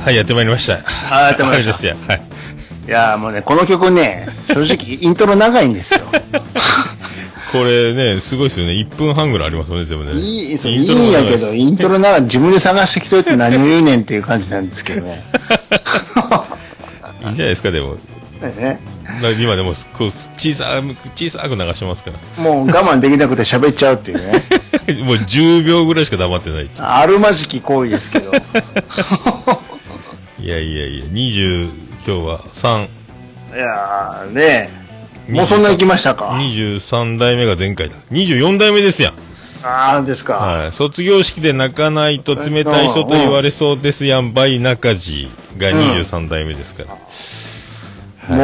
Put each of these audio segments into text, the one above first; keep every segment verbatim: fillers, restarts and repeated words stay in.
はい、やってまいりました。 はい、やってまいりました。 はい。 いやーもうね、この曲ね、正直イントロ長いんですよ。 これね、すごいですよね。いっぷんはんぐらいありますよね、全部ね。 いい、そういいんやけど、イントロ長い、自分で探してきといて何を言うねんっていう感じなんですけどね。 いいんじゃないですか、でも。 ね、 今でもこう小さ小さく流してますから。もう我慢できなくて喋っちゃうっていうね。 もうじゅうびょうぐらいしか黙ってない。 あるまじき行為ですけど。 いやいやいや、にじゅう、今日はさん。 いやーね、もうそんな行きましたか。 にじゅうさんだいめが前回だ。にじゅうよんだいめですやん。 ああですか。 はい。卒業式で泣かないと冷たい人と言われそうですやん、バイ中地がにじゅうさんだいめですから。うんはい、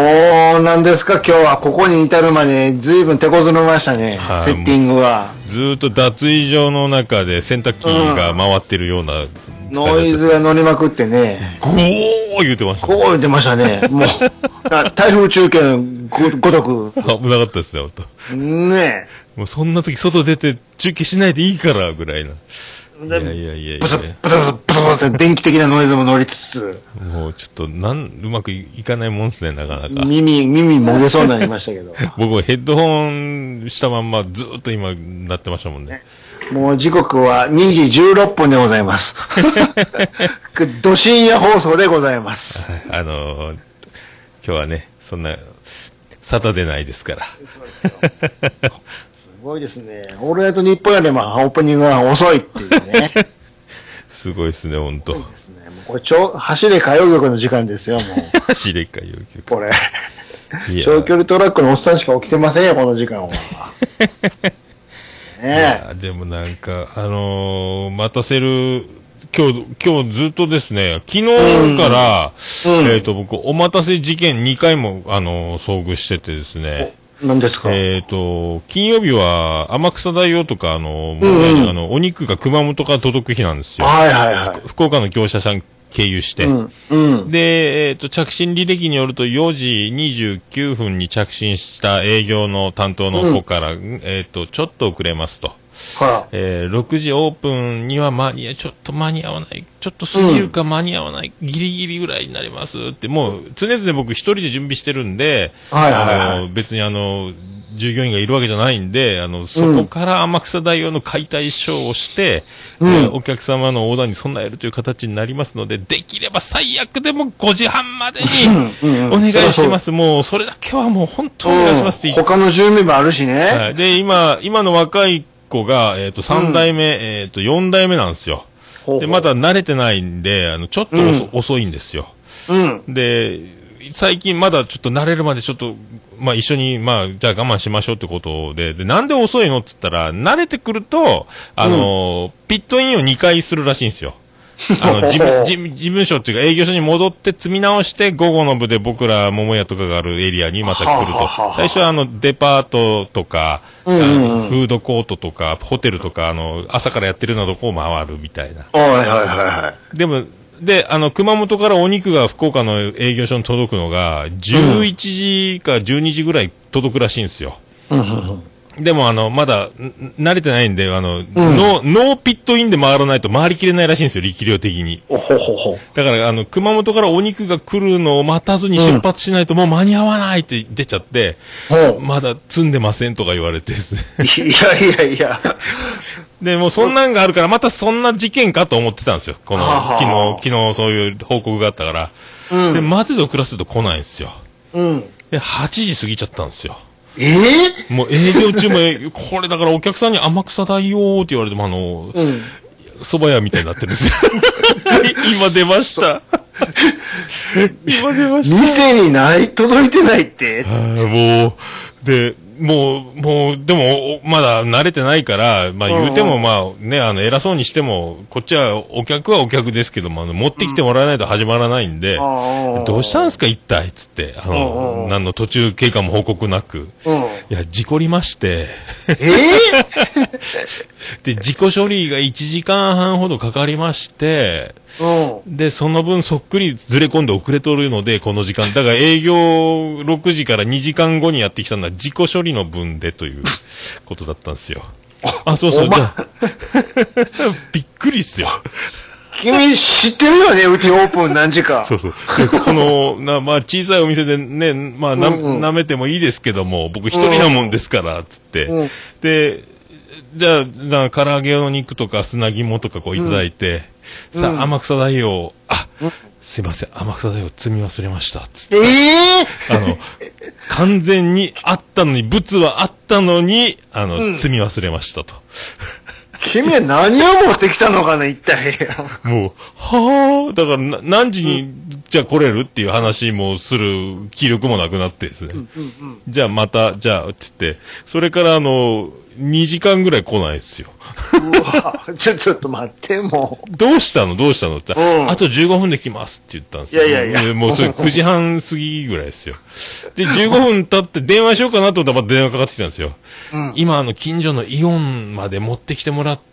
もう、なんですか、今日はここに至るまで、ずいぶん手こずりましたね、はい、セッティングは。 ずーっと脱衣所の中で洗濯機が回ってるような、うん、 ノイズが乗りまくってね。 ゴー言うてましたね。ゴー言うてましたね。もう、台風中継のご、ごとく。 危なかったですね、ほんと。 ねえ。 もうそんな時外出て中継しないでいいから、ぐらいな。いやいやいやいや。 ブツブツブツブツブツって電気的なノイズも乗りつつ。 もうちょっと、なん、うまくいかないもんですね、なかなか。 耳、耳もげそうになりましたけど。 僕もヘッドホンしたまんまずっと今、なってましたもんね。 もう時刻はにじじゅうろっぷんでございます。ど深夜放送でございます。 あのー、今日はね、そんな、サタデーないですから。そうですよ。 すごいですね。オールナイトニッポンよりもオープニングが遅いっていうね。 すごいですね、ほんと。 すごいですね。もうこれ超、走れ歌謡曲の時間ですよ、もう。 走れ歌謡曲。 これ。長距離トラックのおっさんしか起きてませんよ、この時間は。ねえ。 でもなんか、あのー、待たせる、今日、今日ずっとですね、昨日から、うん、えっと、僕、お待たせ事件にかいも、あのー、遭遇しててですね。 何ですか？ えっと、金曜日は、天草大王とか、あの、うんうん、あの、お肉が熊本から届く日なんですよ。 はいはいはい。 福岡の業者さん経由して。うんうん、で、えっと、着信履歴によるとよじにじゅうきゅうふんに着信した営業の担当の子から、うん、えっと、ちょっと遅れますと。はあ、えー、ろくじオープンには間に合、ちょっと間に合わない。ちょっと過ぎるか間に合わない。うん、ギリギリぐらいになりますって、もう常々僕一人で準備してるんで、はいはいはい、あの、別にあの、従業員がいるわけじゃないんで、あの、そこから天草大王の解体ショーをして、うんえー、お客様のオーダーに備えるという形になりますので、できれば最悪でもごじはんまでにお願いします。もう、それだけはもう本当にお願いしますって言って。 他の準備もあるしね。 はい。で、今、今の若い子が、えっと、さんだいめ、うん、えっと、よんだいめなんですよ。ほうほうで、まだ慣れてないんで、あの、ちょっと、うん、遅いんですよ。うん。で、最近まだちょっと慣れるまでちょっと、まあ一緒に、まあ、じゃあ我慢しましょうってことで、で、なんで遅いのって言ったら、慣れてくると、あの、うん、ピットインをにかいするらしいんですよ。あの、事務、事務、事務所っていうか営業所に戻って積み直して、午後の部で僕ら桃屋とかがあるエリアにまた来ると。最初はあの、デパートとか、うんうんうん、フードコートとか、ホテルとか、あの、朝からやってるようなとこを回るみたいな。 はいはいはいはい。 でも、で、あの、熊本からお肉が福岡の営業所に届くのが、じゅういちじかじゅうにじぐらい届くらしいんですよ。うんうんうん、でも、あの、まだ、慣れてないんで、あの、うん、ノー、ノーピットインで回らないと回りきれないらしいんですよ、力量的に。 おほほほ。 だから、あの、熊本からお肉が来るのを待たずに出発しないともう間に合わないって出ちゃって、うん、まだ積んでませんとか言われてですね。 いやいやいや。 で、もうそんなんがあるから、またそんな事件かと思ってたんですよ。この、昨日、昨日そういう報告があったから。うん、で、待てど暮らせど来ないんですよ。うん。で、はちじ過ぎちゃったんですよ。 ええー、もう営業中も、これだからお客さんに天草だよーって言われても、あの、うん、蕎麦屋みたいになってるんですよ。今出ました。今出ました。 店にない、届いてないって。 もう、で、もう、もう、でも、まだ慣れてないから、まあ言うても、まあね、あの、偉そうにしても、こっちは、お客はお客ですけども、あの、持ってきてもらわないと始まらないんで、うん、どうしたんすか一体つって、あの、何の途中経過も報告なく、うん、いや、事故りまして、 えー、 で、事故処理がいちじかんはんほどかかりまして、うん、で、その分そっくりずれ込んで遅れとるので、この時間。だから営業ろくじからにじかんごにやってきたのは事故処理の分でということだったんですよ。あ、そうそう、じゃあ。びっくりっすよ。 君知ってるよね、うちオープン何時か。 そうそう。この、な、まあ、小さいお店でね、まあ、な、うんうん、舐めてもいいですけども、僕一人なもんですから、つって。うん、で、じゃあ、な、唐揚げの肉とか砂肝とかこういただいて、うん、さあ、天草大王、あ、うん、すいません、天草大王積み忘れました、つって。ええー、あの、完全にあったのに、物はあったのに、あの、うん、積み忘れましたと。 君は何を持ってきたのかな、一体。 もう、はぁ、だからな、何時に、うん、じゃあ来れるっていう話もする気力もなくなってですね。うんうんうん、じゃあまた、じゃあ、つって、それからあの、にじかんぐらい来ないですよ。 うわちょ、ちょっと待って、もう。どうしたのどうしたのって、うん、あとじゅうごふんで来ますって言ったんですよ。 いやいやいや。 もうそれくじはん過ぎぐらいですよ。で、じゅうごふん経って電話しようかなと思ったらまた電話かかってきたんですよ。うん、今、あの、近所のイオンまで持ってきてもらって、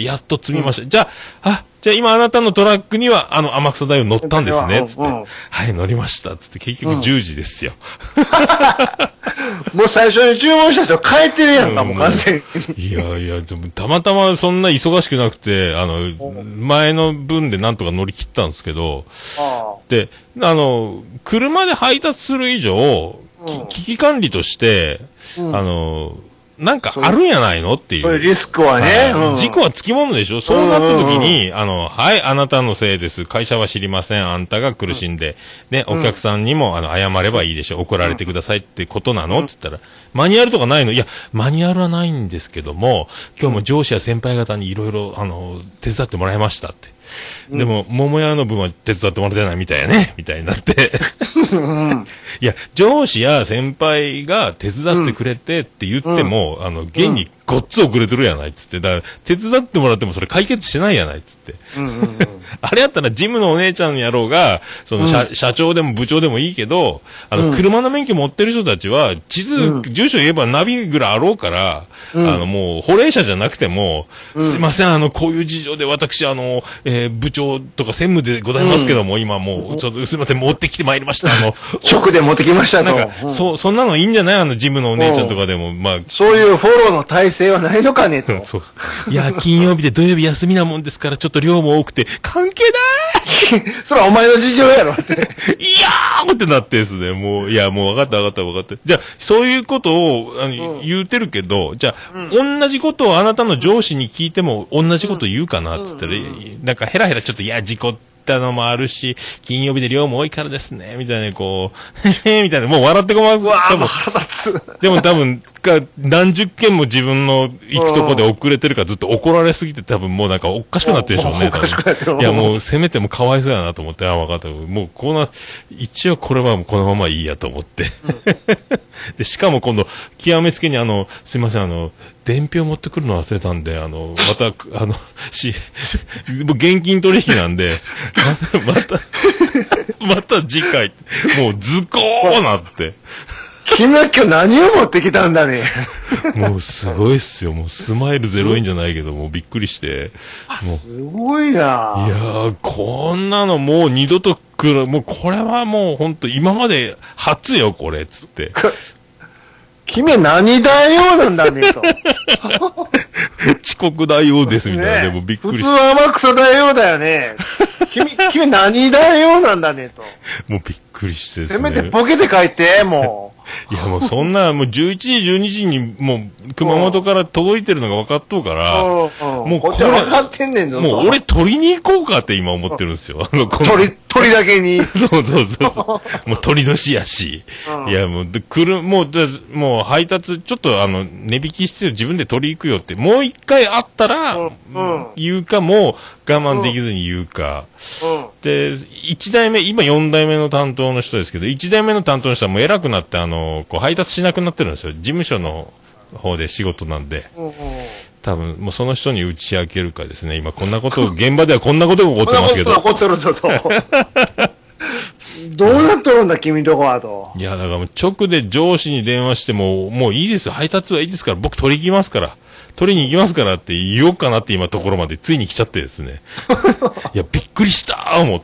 やっと積みました。うん、じゃあ、あ、じゃあ今あなたのトラックには、あの、天草大王乗ったんですね、つって。うん、はい、乗りました、つって。結局じゅうじですよ。 うん、もう最初に注文した人変えてるやんか、うん、もう完全に。 いやいや、でもたまたまそんな忙しくなくて、あの、前の分でなんとか乗り切ったんですけど、あで、あの、車で配達する以上、うん、危機管理として、うん、あの、なんかあるんやないのっていう。 そういうリスクはね。 はいうん、事故はつきものでしょそうなった時に、うんうんうん、あの、はい、あなたのせいです。会社は知りません。あんたが苦しんで。うん、ね、お客さんにも、あの、謝ればいいでしょ怒られてくださいってことなの、うん、つったら、マニュアルとかないのいや、マニュアルはないんですけども、今日も上司や先輩方にいろいろ、あの、手伝ってもらいましたって。うん、でも、桃屋の分は手伝ってもらってないみたいやね。みたいになって。いや、上司や先輩が手伝ってくれてって言っても、うん、あの、現にごっつ遅れてるやないっつって。だから、手伝ってもらってもそれ解決してないやないっつって。うんうんうん、あれやったらジムのお姉ちゃんやろうが、その社、うん、社長でも部長でもいいけど、あの、うん、車の免許持ってる人たちは、地図、うん、住所言えばナビぐらいあろうから、うん、あの、もう、保冷車じゃなくても、うん、すいません、あの、こういう事情で私、あの、えー、部長とか専務でございますけども、うん、今もう、ちょっとすいません、持ってきてまいりました。あの、 直で持ってきましたと。 なんか、うん、そ、そんなのいいんじゃないあの、ジムのお姉ちゃんとかでも、まあ。 そういうフォローの体制はないのかねと。 そう。いや、金曜日で土曜日休みなもんですから、ちょっと量も多くて、関係ないそれはお前の事情やろって。いやーってなってですね、もう、いや、もう分かった分かった分かった。じゃあ、そういうことを、あの、うん、言うてるけど、じゃあ、うん、同じことをあなたの上司に聞いても、同じこと言うかな、つったら、うん、なんかヘラヘラちょっと、いや、事故ったのもあるし、金曜日で量も多いからですね、みたいな、こう、へへみたいな、もう笑ってごまんす。 うわー、もう腹立つ。 でも多分、か、何十件も自分の行くとこで遅れてるからずっと怒られすぎて多分もうなんかおかしくなってるでしょうね、多分。いやもうせめてもかわいそうやなと思って、あ、分かった。もうこんな、一応これはもうこのままいいやと思って。うん、で、しかも今度、極めつけにあの、すいません、あの、伝票持ってくるの忘れたんで、あの、また、あの、し、もう現金取引なんで、また、また、また次回、もう図工なって。 君は今日何を持ってきたんだね。 もうすごいっすよ。もうスマイルゼロインじゃないけど、もうびっくりして。もうすごいな。いやー、こんなのもう二度と来る。もうこれはもう本当今まで初よ、これ、つって。 君は何大王なんだね、と。 遅刻大王です、みたいな。ね、でもびっくりして。 普通は天草大王だよね。君、君何大王なんだね、と。 もうびっくりしてですね。せめてボケて帰って、もう。 いやもうそんな、もうじゅういちじ、じゅうにじにもう熊本から届いてるのが分かっとうから、 もうこれ、分かってんねんの。 もう俺取りに行こうかって今思ってるんですよ。 鳥、鳥だけに。 そうそうそうそう。もう鳥年やし。いやもう、で、来る、もう、もう配達、ちょっとあの、値引きして自分で取り行くよって、もう一回あったら、言うか、もう我慢できずに言うか。で、一代目、今四代目の担当の人ですけど、一代目の担当の人はもう偉くなって、あの、こう配達しなくなってるんですよ。事務所の方で仕事なんで。多分、もうその人に打ち明けるかですね。今こんなことを、現場ではこんなことが起こってますけど。 こんなことが起こってるぞと。どうなっとるんだ、君とこはと。 いや、だからもう直で上司に電話しても、もういいですよ。配達はいいですから、僕取り行きますから。取りに行きますからって言おうかなって今ところまでついに来ちゃってですね。いや、びっくりしたー思って。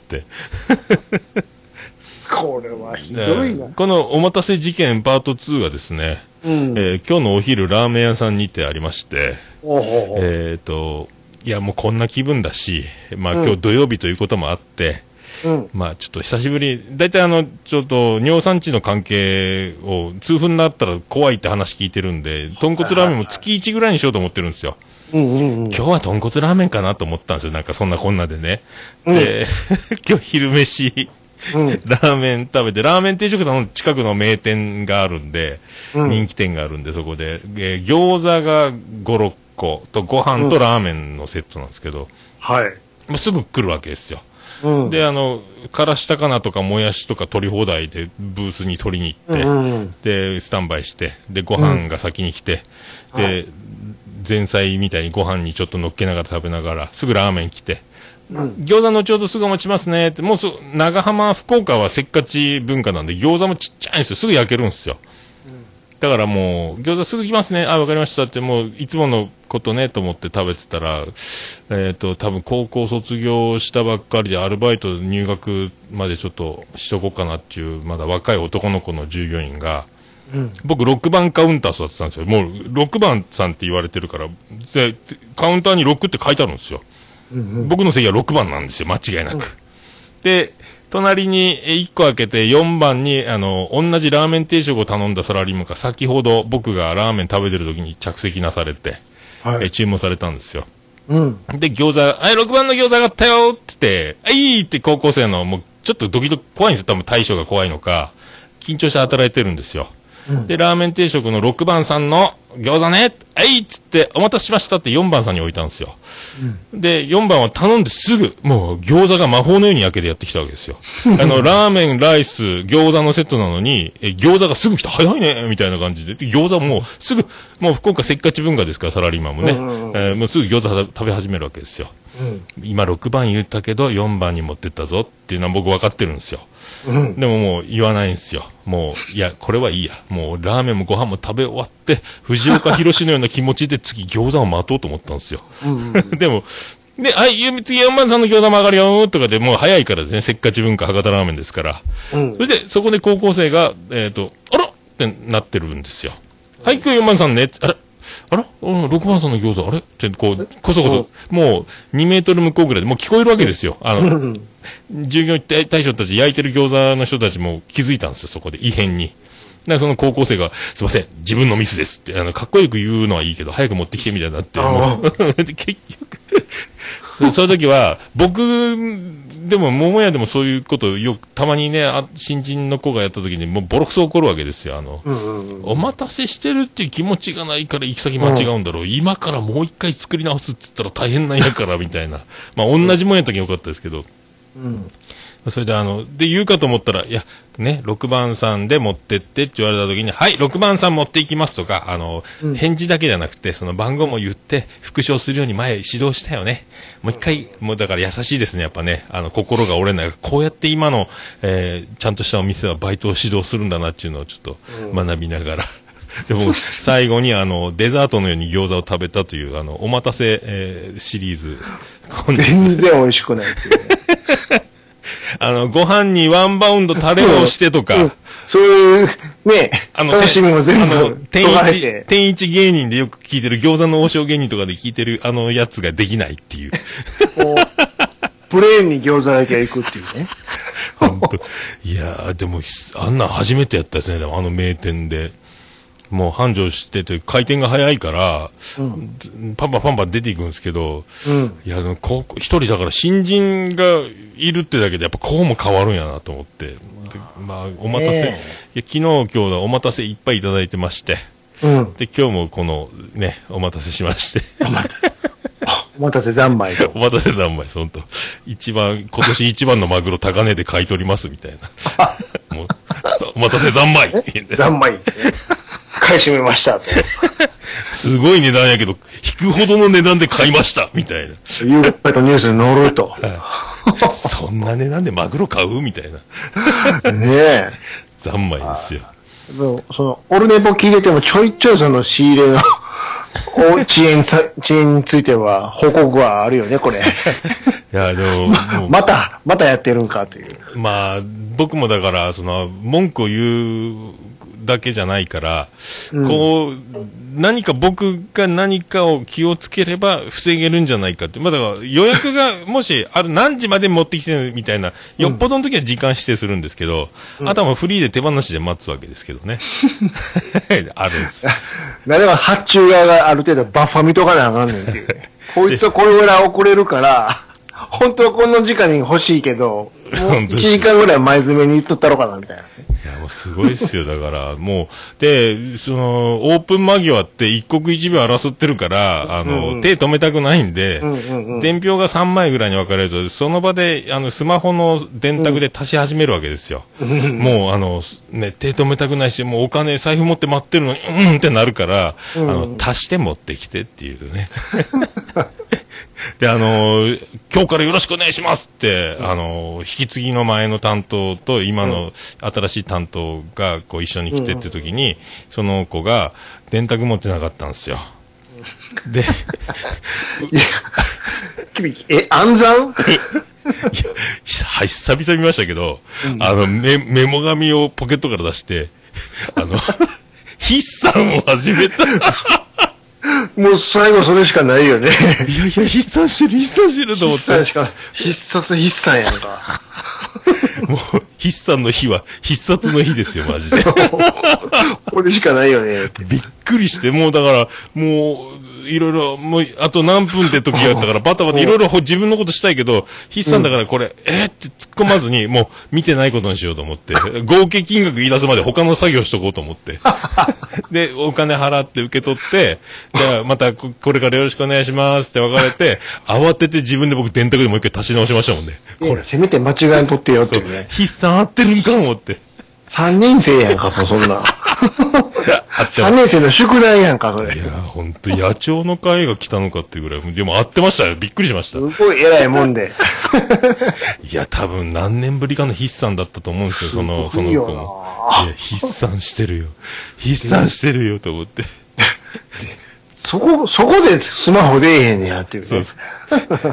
これはひどいな。 このお待たせ事件パートツーはですね、うんえー、今日のお昼ラーメン屋さんにてありまして、おほほえっ、ー、と、 いや、もうこんな気分だし、まあ今日土曜日ということもあって、うん、まあちょっと久しぶり、だいたいあの、ちょっと尿酸値の関係を痛風になったら怖いって話聞いてるんで、豚骨ラーメンも月いちぐらいにしようと思ってるんですよ。うんうんうん、今日は豚骨ラーメンかなと思ったんですよ。なんかそんなこんなでね。うん、で、今日昼飯、うん、ラーメン食べて、ラーメン定食の近くの名店があるんで、うん、人気店があるんで、そこで、えー、餃子がご、ろっことご飯とラーメンのセットなんですけど、うん、はい。もうすぐ来るわけですよ。うん、で、あの、からしたかなとかもやしとか取り放題でブースに取りに行って、うんうん、で、スタンバイして、で、ご飯が先に来て、うん、で、はい、前菜みたいにご飯にちょっと乗っけながら食べながら、すぐラーメン来て、うん、餃子後ほどすぐ持ちますねって、もうす長浜、福岡はせっかち文化なんで、餃子もちっちゃいんですよ。すぐ焼けるんですよ。うん、だからもう、餃子すぐ来ますね。あ、わかりましたって、もう、いつものことね、と思って食べてたら、えっと、多分高校卒業したばっかりで、アルバイト入学までちょっとしとこうかなっていう、まだ若い男の子の従業員が、うん、僕ろくばんカウンター座ってたんですよ。もうろくばんさんって言われてるから、で、カウンターにろくって書いてあるんですよ。うんうん、僕の席はろくばんなんですよ、間違いなく。うん、で、隣にいっこ開けてよんばんに、あの、同じラーメン定食を頼んだサラリーマンが先ほど僕がラーメン食べてる時に着席なされて、はい、え注文されたんですよ。うん。で、餃子、あい、ろくばんの餃子上がったよって言って、あいって高校生の、もうちょっとドキドキ怖いんですよ。多分大将が怖いのか、緊張して働いてるんですよ。うん、で、ラーメン定食のろくばんさんの餃子ね、あいっつって、お待たせしましたってよんばんさんに置いたんですよ。うん、で、よんばんは頼んですぐ、もう餃子が魔法のように焼けてやってきたわけですよ。あの、ラーメン、ライス、餃子のセットなのに、え、餃子がすぐ来た、早いねみたいな感じで。で餃子もうすぐ、もう福岡せっかち文化ですから、サラリーマンもね。うんうんうん、えー、もうすぐ餃子食べ始めるわけですよ。うん、今ろくばん言ったけど、よんばんに持ってったぞっていうのは僕分かってるんですよ。うん、でももう言わないんですよ。もう、いや、これはいいや。もうラーメンもご飯も食べ終わって、藤岡弘のような気持ちで次餃子を待とうと思ったんですよ。うんうん、でも、で、はい、次よんばんさんの餃子も上がるよとかでもう早いからですね、せっかち文化博多ラーメンですから。うん、それで、そこで高校生が、えっ、ー、と、あらってなってるんですよ。はい、今日よんばんさんね。あれあらうん、ろくばんさんの餃子、あれってこう、こそこそ、もうにメートル向こうぐらいでもう聞こえるわけですよ。あの、従業員大将たち焼いてる餃子の人たちも気づいたんですよ、そこで異変に。だからその高校生が、すいません、自分のミスですって、あの、かっこよく言うのはいいけど、早く持ってきてみたいになって、もう結局そ、そういう時は、僕、でも、桃屋でもそういうことよく、たまにね、あ新人の子がやった時に、もうボロクソ怒るわけですよ。あの、うんうんうん、お待たせしてるっていう気持ちがないから行き先間違うんだろう。うん、今からもう一回作り直すって言ったら大変なんやから、みたいな。まあ、同じもんやった時よかったですけど。うん。それであの、で言うかと思ったら、いや、ね、ろくばんさんで持ってってって言われた時に、はい、ろくばんさん持っていきますとか、あの、うん、返事だけじゃなくて、その番号も言って、復唱するように前指導したよね。もう一回、もうだから優しいですね、やっぱね。あの、心が折れない。こうやって今の、えー、ちゃんとしたお店はバイトを指導するんだなっていうのをちょっと学びながら。うん、でも、最後にあの、デザートのように餃子を食べたという、あの、お待たせ、えー、シリーズ。 全然美味しくないっていうね。 あの、ご飯にワンバウンドタレをしてとか、うんうん、 そういう、ね、あの、楽しみも全部、あの、 天一、天一芸人でよく聞いてる、餃子の王将芸人とかで聞いてる、あのやつができないっていう。 プレーンに餃子だけ行くっていうね。 本当いやー、でも、あんなん初めてやったですね、でもあの名店で。もう繁盛してて、回転が早いから、うん、パンパンパンパン出ていくんですけど、うん、いや、こう、一人だから新人がいるってだけで、やっぱこうも変わるんやなと思って、まあ、お待たせ、ね、いや昨日、今日はお待たせいっぱいいただいてまして、うん、で、今日もこの、ね、お待たせしまして。 お待たせ三昧と。 お待たせ三昧、本当一番、今年一番のマグロ高値で買い取りますみたいな。もうお待たせ三昧。 三昧。買い占めましたと。 すごい値段やけど、引くほどの値段で買いましたみたいな。 夕方ニュースに載ると。 そんな値段でマグロ買うみたいな。ねえ。 三昧ですよ。 その、オルネポ聞いててもちょいちょいその仕入れの遅延さ、遅延については報告はあるよね、これ。いや、でも、 もまた、またやってるんかという。 まあ、僕もだから、その、文句を言う、だけじゃないから、うん、こう、 何か僕が何かを気をつければ防げるんじゃないかって。まあ、だから予約がもし、ある何時まで持ってきてるみたいな、よっぽどの時は時間指定するんですけど、うん、あとはもうフリーで手放しで待つわけですけどね。あるんです。 なぜか発注側がある程度バッファ見とかなあかんねんっていうね。こいつはこれぐらい遅れるから、本当はこの時間に欲しいけど、もういちじかんぐらい前詰めに言っとったろかな、みたいな、ね。 いや、もうすごいですよ。だから、もう、で、その、オープン間際って一刻一秒争ってるから、あの、うんうん、手止めたくないんで、うんうんうん、伝票がさんまいぐらいに分かれると、その場で、あの、スマホの電卓で足し始めるわけですよ。うん、もう、あの、ね、手止めたくないし、もうお金、財布持って待ってるのに、うんってなるから、うん、あの、足して持ってきてっていうね。で、あの、今日からよろしくお願いしますって、うん、あの、引き継ぎの前の担当と今の新しい担当がこう一緒に来てって時に、うん、その子が電卓持ってなかったんですよ。うん、で、 君、え、暗算いや、 はい、久々見ましたけど、うん、あのメ、メモ紙をポケットから出して、あの、筆算を始めた。 もう最後それしかないよね。 いやいや、筆算してる、筆算してると思って。 筆算しか、必殺筆算やんか。 もう、筆算の日は必殺の日ですよ、マジで。 これしかないよね。 びっくりして、もうだから、もう、いろいろ、もう、あと何分って時やったから、バタバタいろいろ自分のことしたいけど、筆算だからこれ、うん、えー、って突っ込まずに、もう見てないことにしようと思って、合計金額言い出すまで他の作業しとこうと思って。で、お金払って受け取って、じゃあまたこれからよろしくお願いしますって別れて、慌てて自分で僕電卓でもう一回足し直しましたもんね。 これ。せめて間違い取ってよってね。 筆算合ってるんか思って。 三年生やんか、もうそんな。三年生の宿題やんか、それ。 いや、ほんと、野鳥の会が来たのかっていうぐらい。でも合ってましたよ。びっくりしました。 すごい偉いもんで。 いや、多分何年ぶりかの筆算だったと思うんですよ、その、その子も。いや、筆算してるよ。筆算してるよ、と思って。 そこ、そこでスマホ出えへんねやっていう、ね。そうそう。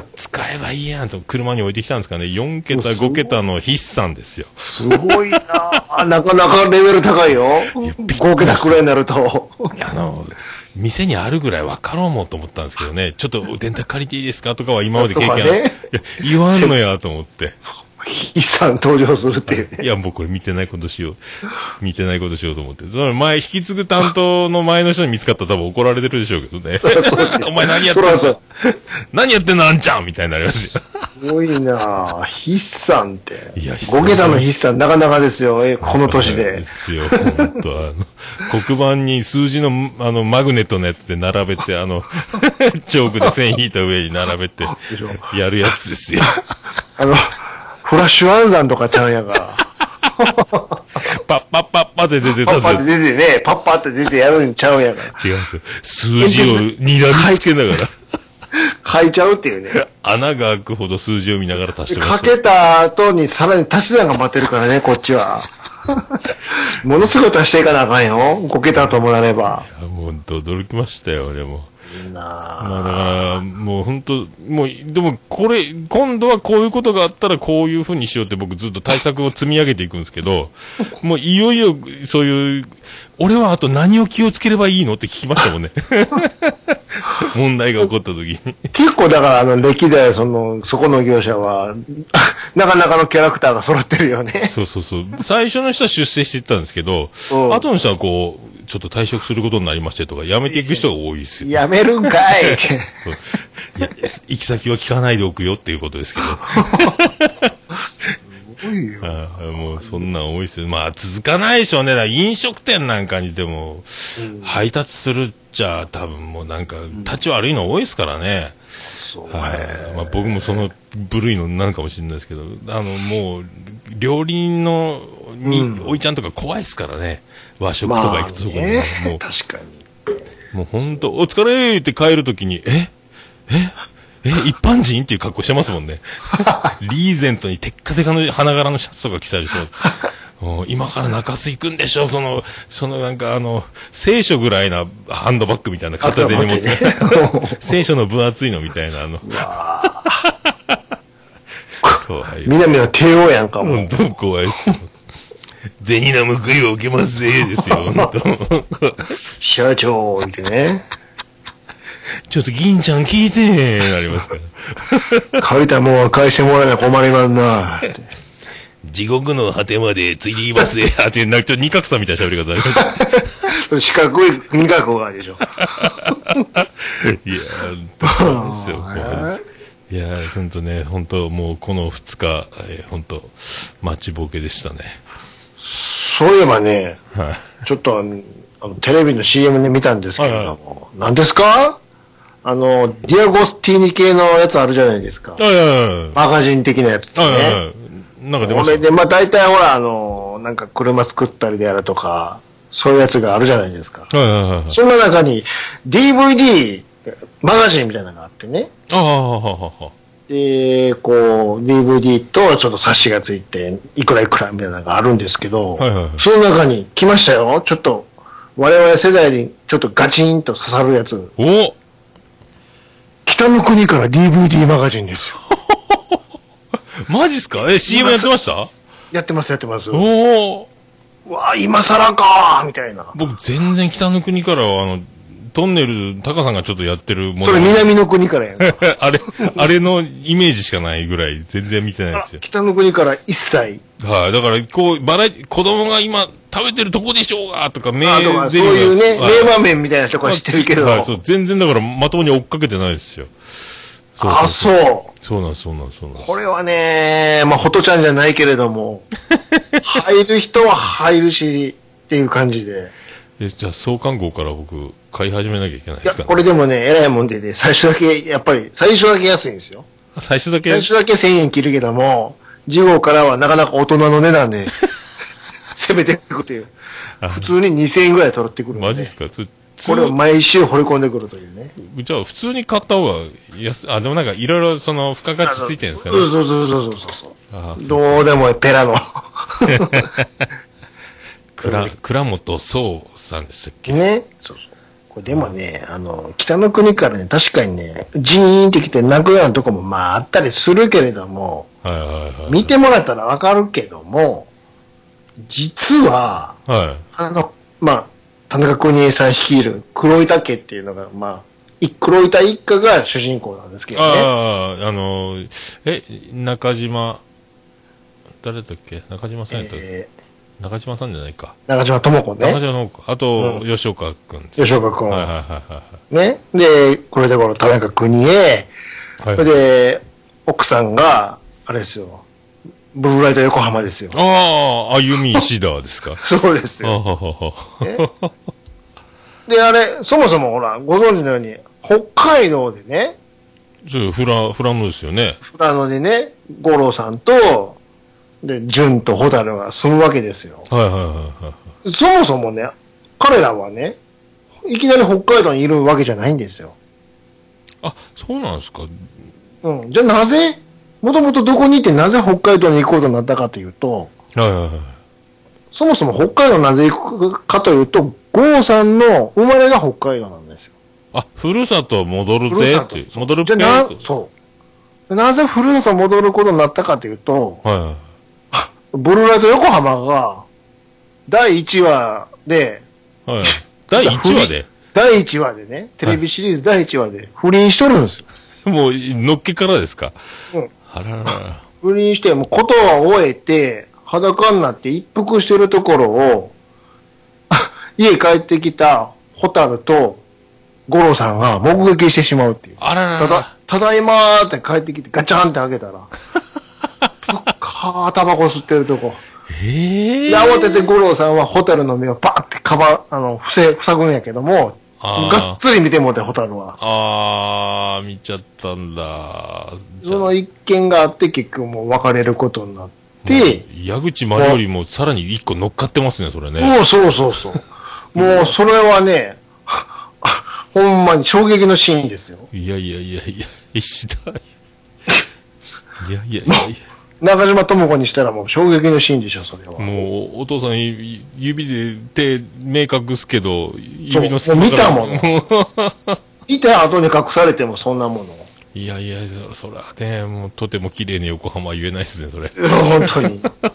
使えばいいやんと車に置いてきたんですかね。よんけた、ごけたの筆算ですよ。 すごいなぁ。なかなかレベル高いよ。ごけたくらいになると。 いや、あの、店にあるぐらい分かろうもと思ったんですけどね。ちょっと電卓借りていいですかとかは今まで経験ある。ね、いや、言わんのやと思って。 筆算登場するっていうね。 いや、もうこれ見てないことしよう。見てないことしようと思って。その前、引き継ぐ担当の前の人に見つかったら多分怒られてるでしょうけどね。お前何やってんの何やってんのあんちゃんみたいになりますよ。 すごいなぁ。筆算って。いや、筆算。ごけたの筆算なかなかですよ。え、この年で。ですよ、本当あの、黒板に数字の、あの、マグネットのやつで並べて、あの、チョークで線引いた上に並べて、やるやつですよ。あの、フラッシュ暗算とかちゃうんやから。 パッパッパッパって出てたんですよ。 パッパって出てね、パッパって出てやるんちゃうんやから。 違うんですよ。数字を睨みつけながら。 書いちゃうっていうね。 穴が開くほど数字を見ながら足してます。 かけた後にさらに足し算が待ってるからね、こっちは。ものすごい足していかなあかんよ。ごけたともなれば。 いや、もう本当驚きましたよ、俺も。まあだから、もう本当、もう、でもこれ、今度はこういうことがあったらこういうふうにしようって僕ずっと対策を積み上げていくんですけど、もういよいよそういう、俺はあと何を気をつければいいのって聞きましたもんね。問題が起こった時に。結構だからあの歴代その、そこの業者は、なかなかのキャラクターが揃ってるよね。 そうそうそう。最初の人は出世していったんですけど、後の人はこう、ちょっと退職することになりましてとか、辞めていく人が多いですよ。 辞めるんかいそう。いや、行き先は聞かないでおくよっていうことですけど。すごいよ。ああ、もうそんなん多いですよ。まあ続かないでしょうね。だから飲食店なんかにでも、うん、配達するっちゃ多分もうなんか、立ち悪いの多いですからね。そう、はい。まあ僕もその部類のなのかもしれないですけど、あのもう、料理人の、に、うん、おいちゃんとか怖いですからね。和食とか行くとそこに、まあね、もう確かにもう本当お疲れーって帰るときにえええ一般人っていう格好してますもんね。リーゼントにテッカテカの花柄のシャツとか着たりします。今から中洲行くんでしょそのそのなんかあの聖書ぐらいなハンドバッグみたいな片手に持つ、ね、聖書の分厚いのみたいなあの怖い南は帝王やんかもう怖いっすよ。 銭の報いを受けますぜ、ですよ、本当。 社長、ってね。 ちょっと銀ちゃん聞いてー、なりますから。 借りたもんは返してもらえな困りまんな。 地獄の果てまでついていきますね。あ、違う、なんかちょっと二角さんみたいな喋り方ありました。 四角い二角があるでしょ。 いやー、どうですよ。いやー、ほんとね、ほんともうこの二日、えー、ほんと、待ちぼうけでしたね。 そういえばね、 はい、 ちょっとあの、あのテレビの シーエム で見たんですけれども、はいはい、何ですかあの、ディアゴスティーニ系のやつあるじゃないですか。 はいはいはい、 マガジン的なやつですね。はいはいはい、 なんか出ました。 これで、まあ大体ほら、あの、なんか車作ったりであるとか、そういうやつがあるじゃないですか。はいはいはいはい、そんな中に ディーブイディー、マガジンみたいなのがあってね。 ああ、ははは。 で、こう、ディーブイディー とちょっと冊子がついて、いくらいくらみたいなのがあるんですけど、はいはいはい、その中に来ましたよ。ちょっと、我々世代にちょっとガチンと刺さるやつ。 お北の国から ディーブイディー マガジンですよ。 マジっすか？え、シーエム やってました？ やってます、やってます。 おお。 うわ、今更かーみたいな。 僕、全然北の国からは、あの、トンネル、タカさんがちょっとやってるもの。 それ南の国からやんか。 あれ、あれのイメージしかないぐらい、全然見てないですよ。 北の国から一切。 はい、だから、こう、バラエティ、子供が今食べてるとこでしょうが、とか、名言とか、そういうね、名場面みたいな人から知ってるけど。はい、 そう、全然だから、まともに追っかけてないですよ。 そうそうそう、あ、そう。 そうなん、そうなん、そうなん。 これはね、まあ、ホトちゃんじゃないけれども、入る人は入るし、っていう感じで。 え、じゃあ、創刊号から僕、買い始めなきゃいけないですかね。 いや、これでもね、えらいもんでね、最初だけ、やっぱり、最初だけ安いんですよ。 最初だけ最初だけせんえん切るけども、次号からはなかなか大人の値段で、攻めていくっていう。普通ににせんえんぐらい取ってくるんで。 マジっすか？ これを毎週掘り込んでくるというね。 じゃあ、普通に買った方が安い。あ、でもなんかいろいろその付加価値ついてるんですかね。 そうそうそうそうそうそう。ああ、どうでもペラの。 倉、倉本壮さんでしたっけね。そうそう。これでもね、あの、北の国からね、確かにね、ジーンってきて泣くようなとこもまああったりするけれども、 はいはいはい、 見てもらったらわかるけども、実は、 はい、 あの、まあ、田中邦衛さん率いる黒板家っていうのが、まあ、黒板一家が主人公なんですけどね。 ああ、あの、え、中島、誰だっけ中島さんやったっけ、えー、中島さんじゃないか。 中島智子ね。 中島智子。あと、うん、吉岡くん。 吉岡くん。 はいはいはいはい。 ね。で、これでこの田中邦衛。はい、それで、奥さんが、あれですよ。ブルーライト横浜ですよ。 ああ、あゆみ石田ですか。 そうですよ。で、あれ、そもそもほら、ご存知のように、北海道でね。 そう、フラ、フラノですよね。 フラノでね、五郎さんと、で、純と蛍が住むわけですよ。 はいはいはいはい。 そもそもね、彼らはね、いきなり北海道にいるわけじゃないんですよ。 あ、そうなんですか。 うん。じゃあなぜ、もともとどこにいてなぜ北海道に行くことになったかというと、 はいはいはい。 そもそも北海道なぜ行くかというと、郷さんの生まれが北海道なんですよ。 あ、ふるさと戻るぜって。戻るっじゃあな、そう。なぜふるさと戻ることになったかというと、 はいはい。 ブルーライト横浜が、だいいちわで、 はい。だいいちわでだいいちわでね、テレビシリーズだいいちわで不倫しとるんですよ。もう、のっけからですか。 うん。 あららら。 不倫して、もうことは終えて、裸になって一服してるところを、家帰ってきた蛍と五郎さんが目撃してしまうっていう。 あららら。 ただ、ただいまーって帰ってきてガチャンって開けたら、かータバコ吸ってるとこ。 へえ。 で、慌てて五郎さんは蛍の目をバーってかば、あの、塞、塞ぐんやけども、がっつり見てもうて、蛍は。 あー、見ちゃったんだ。 その一件があって結局もう別れることになって、 矢口まりよりもさらに一個乗っかってますね、それね。 もうそうそうそう。もうそれはね、ほんまに衝撃のシーンですよ。 いやいやいやいや、石田。いやいやいやいや。 中島智子にしたらもう衝撃のシーンでしょ、それは。 もう、お父さん指で手、目隠すけど、指の隙間から。見たもの。見た後に隠されてもそんなもの。 いやいや、そ、そらね、もうとても綺麗に横浜は言えないですね、それ。 本当に。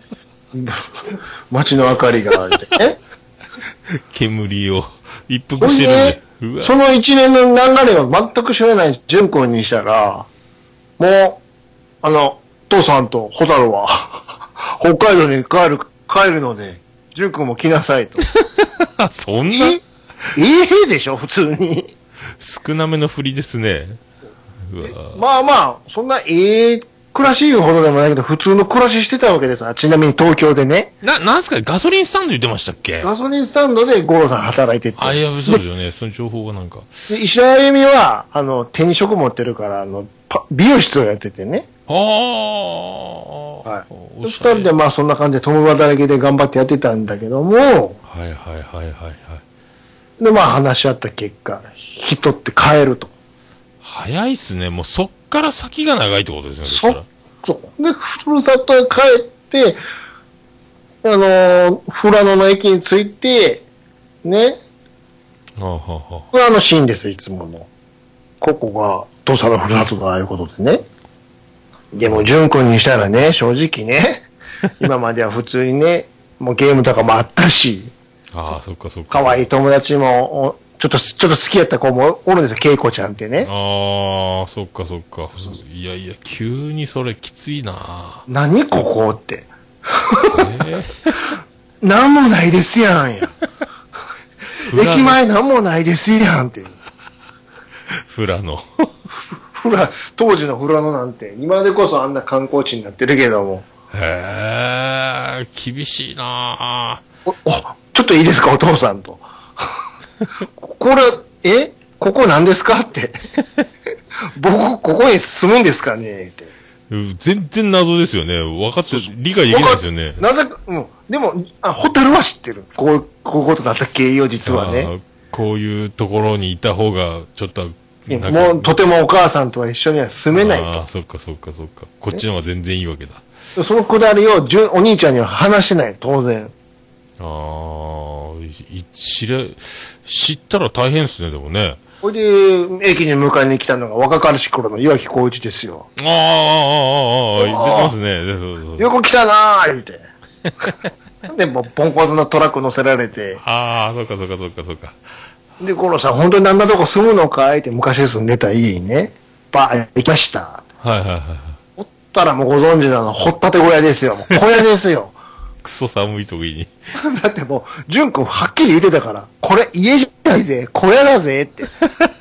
街の明かりがあってね。 煙を一服してるんで。 うわその一年の流れを全く知らない淳君にしたら、もう、あの、父さんとホタルは、北海道に帰る、帰るので、淳君も来なさいと。 そんなええでしょ普通に。 少なめの振りですね。 うわまあまあ、そんなええ暮らしいうほどでもないけど、普通の暮らししてたわけです。ちなみに東京でね。 な、なんすかガソリンスタンド言ってましたっけ？ ガソリンスタンドで五郎さん働いてて。 あ、いや、そうですよね。その情報がなんか。 で石田あゆみは、あの、手に職持ってるから、あの、美容室をやっててね。 ああ。 はい。二人でまあそんな感じで共働きで頑張ってやってたんだけども。はいはいはいはいはい。 で、まあ話し合った結果、人って変えると。 早いっすね。もうそっから先が長いってことですね。そそ、そう。で、ふるさとへ帰って、あのー、富良野の駅に着いて、ね。 はあはあはあ、 これあのシーンです、いつもの。ここが、父さんのふるさとだ、ああいうことでね。でも、淳君にしたらね、正直ね、今までは普通にね、もうゲームとかもあったし、 ああ、そっかそっか。 可愛い友達も、ちょっと、ちょっと好きやった子もおるんですよ、恵子ちゃんってね。 ああ、そっかそっか。いやいや、急にそれきついな。 何ここって。 えー、 なんもないですやんや。駅前なんもないですやんって。 富良野。 富良、当時の富良野なんて、今でこそあんな観光地になってるけども。 へえ、厳しいなお、お、ちょっといいですか、お父さんと。これ、えここ何ですかって。僕、ここに住むんですかねって。 全然謎ですよね。分かって、理解できないですよね。 なぜか、うん。でも、あ、ホテルは知ってる。こう、こういうことだったっけよ、実はね。 こういうところにいた方が、ちょっと、 もう、とてもお母さんとは一緒には住めないと。 ああ、そっかそっかそっか。こっちの方が全然いいわけだ。 そのくだりを、じゅお兄ちゃんには話してない、当然。 ああ、知れ、知ったら大変ですね、でもね。 ほいで、駅に迎えに来たのが若かりし頃の岩城光一ですよ。 ああ、ああ、ああ、出てますね。 よく来たなー言うて。で、もうポンコツのトラック乗せられて。 ああ、そっかそっかそっかそっか。 で、五郎さん、本当にあんなとこ住むのかいって昔住んでた家にね、バー行きました。 はいはいはい。 おったらもうご存知なの、掘ったて小屋ですよ。もう小屋ですよ。 クソ寒い時に。 だってもう、淳君はっきり言ってたから、これ家じゃないぜ、小屋だぜって。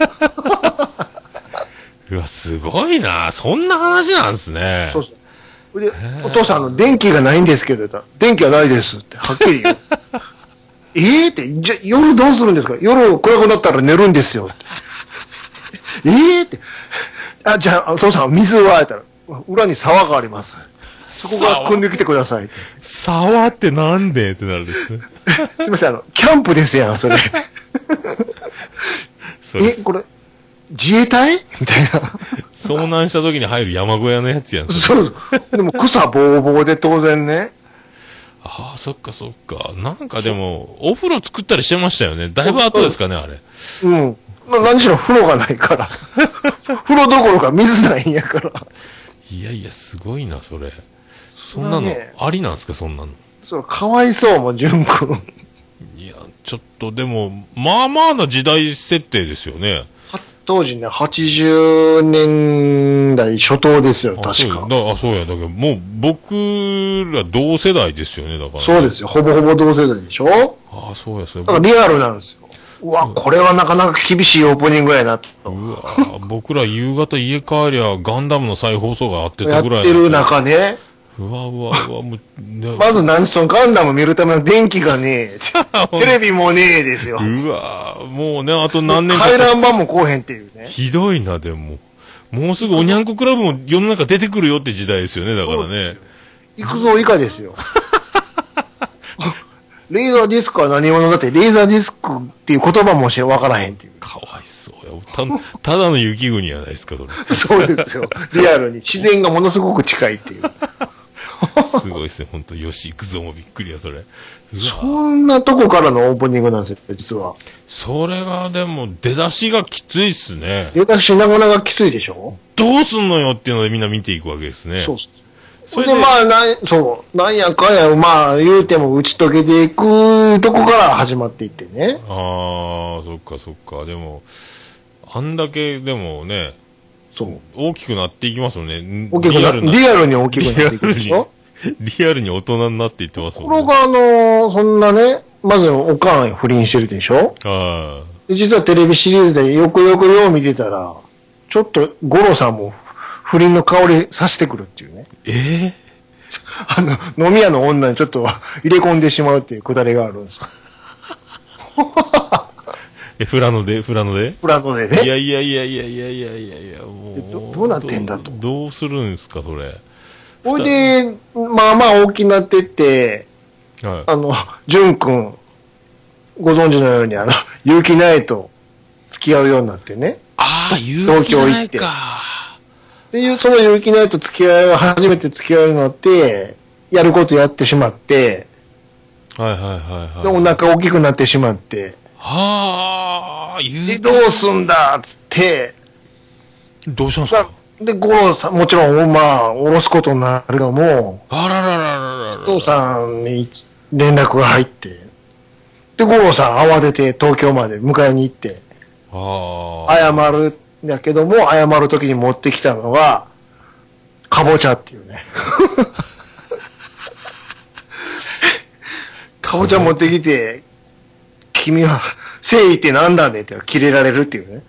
うわ、すごいな。そんな話なんですね。そうそう。 で、お父さん、あの、電気がないんですけど、言ったら、電気はないですって、はっきり言う。ええって、じゃ、夜どうするんですか？夜暗くなったら寝るんですよって。ええって。あ、じゃあ、お父さん、水は言ったら、裏に沢があります。そこから汲んできてください。 沢ってなんでってなるんですね。 すみません、あの、キャンプですやん、それ。え、これ、自衛隊みたいな。 遭難した時に入る山小屋のやつやん。 そう。でも草ぼうぼうで当然ね。 ああ、そっかそっか。なんかでも、お風呂作ったりしてましたよね。だいぶ後ですかね、あれ。 うん。まあ、何しろ風呂がないから。風呂どころか水ないんやから。 いやいや、すごいな、それ。そんなの、ありなんですか、そんなの。 そう、かわいそう、もう、淳君。 いや、ちょっとでも、まあまあな時代設定ですよね。 当時ね、はちじゅうねんだい初頭ですよ、確か。 あ、そうだ、あ、そうや。だけど、もう、僕ら同世代ですよね、だから、ね。 そうですよ。ほぼほぼ同世代でしょ？ ああ、そうですね。 だからリアルなんですよ。うわ、これはなかなか厳しいオープニングやなと。 うわ、僕ら夕方家帰りゃガンダムの再放送があってたぐらい。 やってる中ね。 うわうわうわ、もう、 ね、まず何そのガンダム見るための電気がねえ。テレビもねえですよ。 うわもうね、あと何年か。 回覧板もこうへんっていうね。 ひどいな、でも。もうすぐおにゃんこクラブも世の中出てくるよって時代ですよね、だからね。 行くぞ以下ですよ。レーザーディスクは何者だって、レーザーディスクっていう言葉もしわからへんっていう。 かわいそうや。た、ただの雪国やないですか、それ。 そうですよ。リアルに。自然がものすごく近いっていう。 すごいですね、ほんと。よし、行くぞもびっくりや、それ。 そんなとこからのオープニングなんですよ、実は。 それが、でも、出だしがきついっすね。 出だしなかなかきついでしょ？ どうすんのよっていうのでみんな見ていくわけですね。そうっす。 それで、まあ、なん、そう、なんやかんや、まあ、言うても打ち解けていくとこから始まっていってね。 ああ、そっかそっか。でも、あんだけ、でもね、そう。大きくなっていきますよね。 大きくなる。リアルに大きくなっていくでしょ。 リアルに大人になっていってますもんね。ところが、あのー、そんなね、まずおかん不倫してるでしょ。ああ。実はテレビシリーズでよくよくよう見てたら、ちょっと五郎さんも不倫の香りさしてくるっていうね。 ええー、 あの、飲み屋の女にちょっと入れ込んでしまうっていうくだりがあるんですよ。 え、フラノでフラノでフラノでね。 いやいやいやいやいやいやいやいや、もう。 ど、どうなってんだと。 どうするんですか、それ。 ほいで、まあまあ大きくなってって、はい、あの、淳くん、ご存知のように、あの、結城ナイと付き合うようになってね。 ああ、結城ナイか。 で、いう、その結城ナイと付き合い、初めて付き合うようになって、やることやってしまって、 はいはいはいはい。 で、お腹大きくなってしまって、 はあ、 言うで、どうすんだっつって、 どうしたんですかで、五郎さん、もちろん、まあ、おろすことになるがもう、あらららららら。 父さんに連絡が入って、で、五郎さん慌てて東京まで迎えに行って、謝るんだけども、謝るときに持ってきたのが、かぼちゃっていうね。かぼちゃ持ってきて、君は誠意ってなんだねってキレられるっていうね。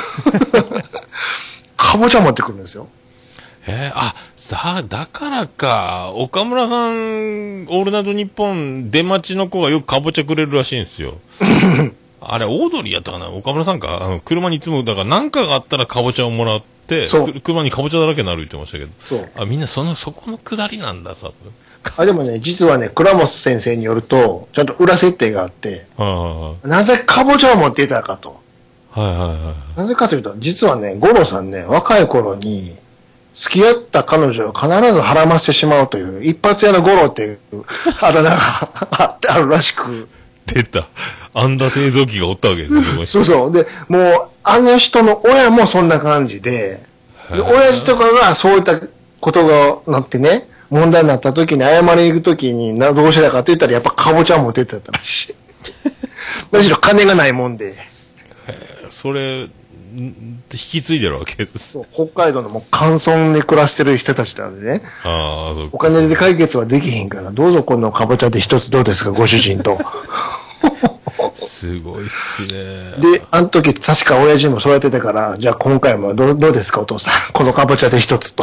かぼちゃ持ってくるんですよ。 えー、あ、だ、だからか。岡村さん、オールナイトニッポン出待ちの子がよくかぼちゃくれるらしいんですよ。あれ、オードリーやったかな岡村さんかあの、車にいつも、だから何かがあったらかぼちゃをもらって、車にかぼちゃだらけになる言ってましたけど。そう。あ、みんなその、そこのくだりなんだ、さ。 あ、でもね、実はね、倉本先生によると、ちゃんと裏設定があって、はいはいはい、なぜかぼちゃを持っていたかと。 はいはいはい。 なぜかというと、実はね、五郎さんね、若い頃に、付き合った彼女を必ず腹ませてしまうという、一発屋の五郎っていうあだ名があってあるらしく。 出た。あんだ製造機がおったわけですよ。そうそう。で、もう、あの人の親もそんな感じで、で親父とかがそういったことがなってね、問題になった時に謝りに行く時になどうしてたかって言ったらやっぱかぼちゃ持ってってたらしい。むしろ金がないもんで。 それ、引き継いでるわけです。 そう北海道のもう寒村で暮らしてる人たちなんでね。ああ、お金で解決はできへんから、どうぞこのかぼちゃで一つどうですか、ご主人と。 すごいっすね。 で、あの時確か親父もそうやってたから、じゃあ今回もどう、どうですかお父さん。このかぼちゃで一つと。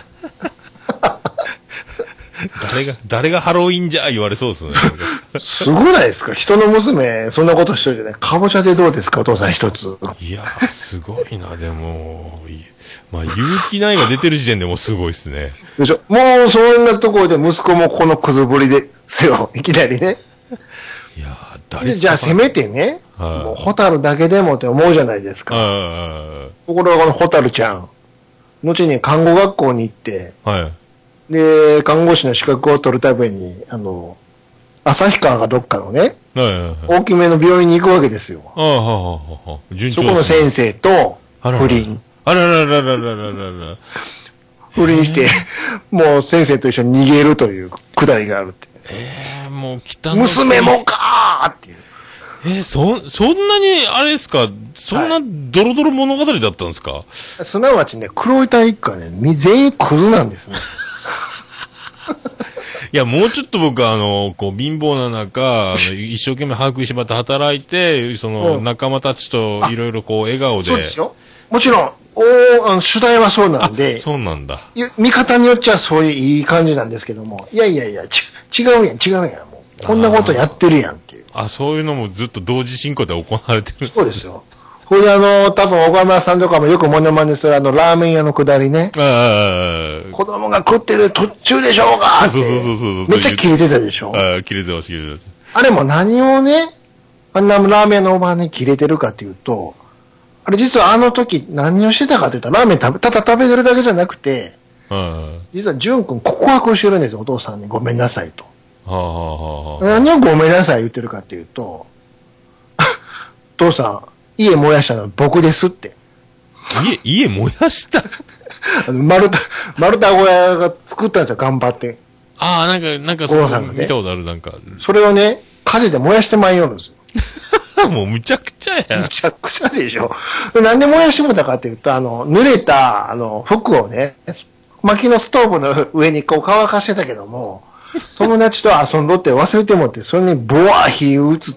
誰が、誰がハロウィンじゃ言われそうですね。 すごないですか人の娘、そんなことしといてね、かぼちゃでどうですかお父さん一つ。 いやー、すごいな、でも。まあ、勇気ないが出てる時点でもすごいっすね。 でしょもう、そんなところで息子もこのくずぶりですよ。いきなりね。 いやー、誰じゃあせめてね、もうホタルだけでもって思うじゃないですか。ところがこのホタルちゃん、後に看護学校に行って、はい、で、看護師の資格を取るために、あの、旭川がどっかのね、はいはいはい、大きめの病院に行くわけですよ。ああはあはあ、順調ですね。そこの先生と不倫。 あらららららららら。 不倫して、もう先生と一緒に逃げるというくだりがあるって。 ええー、もう汚い。 娘もかーっていう。 えー、そ、そんなに、あれですか、そんなドロドロ物語だったんですか、はい、 すなわちね、黒板一家ね、全員クズなんですね。 いや、もうちょっと僕は、あの、こう、貧乏な中、一生懸命把握しばって働いて、その、仲間たちといろいろこう、笑顔で。 そうですよ。もちろん、おあの主題はそうなんで。 そうなんだ。 見方によっちゃそういういい感じなんですけども、いやいやいや、ち違うやん、違うやん、もう。こんなことやってるやんっていう。 あ、そういうのもずっと同時進行で行われてるんですそうですよ。これであの、多分、岡村さんとかもよくモノマネするあの、ラーメン屋のくだりね。ああ。子供が食ってる途中でしょうがそうそうそうそう。めっちゃ切れてたでしょ。 ああ、切れてます、切れてます。 あれも何をね、あんなラーメン屋のおばあね、切れてるかっていうと、あれ実はあの時何をしてたかというと、ラーメン食べ、ただ食べてるだけじゃなくて、実は淳君告白してるんですよ、お父さんにごめんなさいと。はあはあ、何をごめんなさい言ってるかっていうと、父さん、家燃やしたのは僕ですって。 家、家燃やしたあの、丸太、丸太小屋が作ったんですよ、頑張って。 ああ、なんか、なんか、その、ね、見たことある、なんか。 それをね、火事で燃やしてまいよるんですよ。もうむちゃくちゃや。 むちゃくちゃでしょ。なんで燃やしてもたかっていうと、あの、濡れた、あの、服をね、薪のストーブの上にこう乾かしてたけども、友達と遊んどって忘れてもって、それにボワー火移って、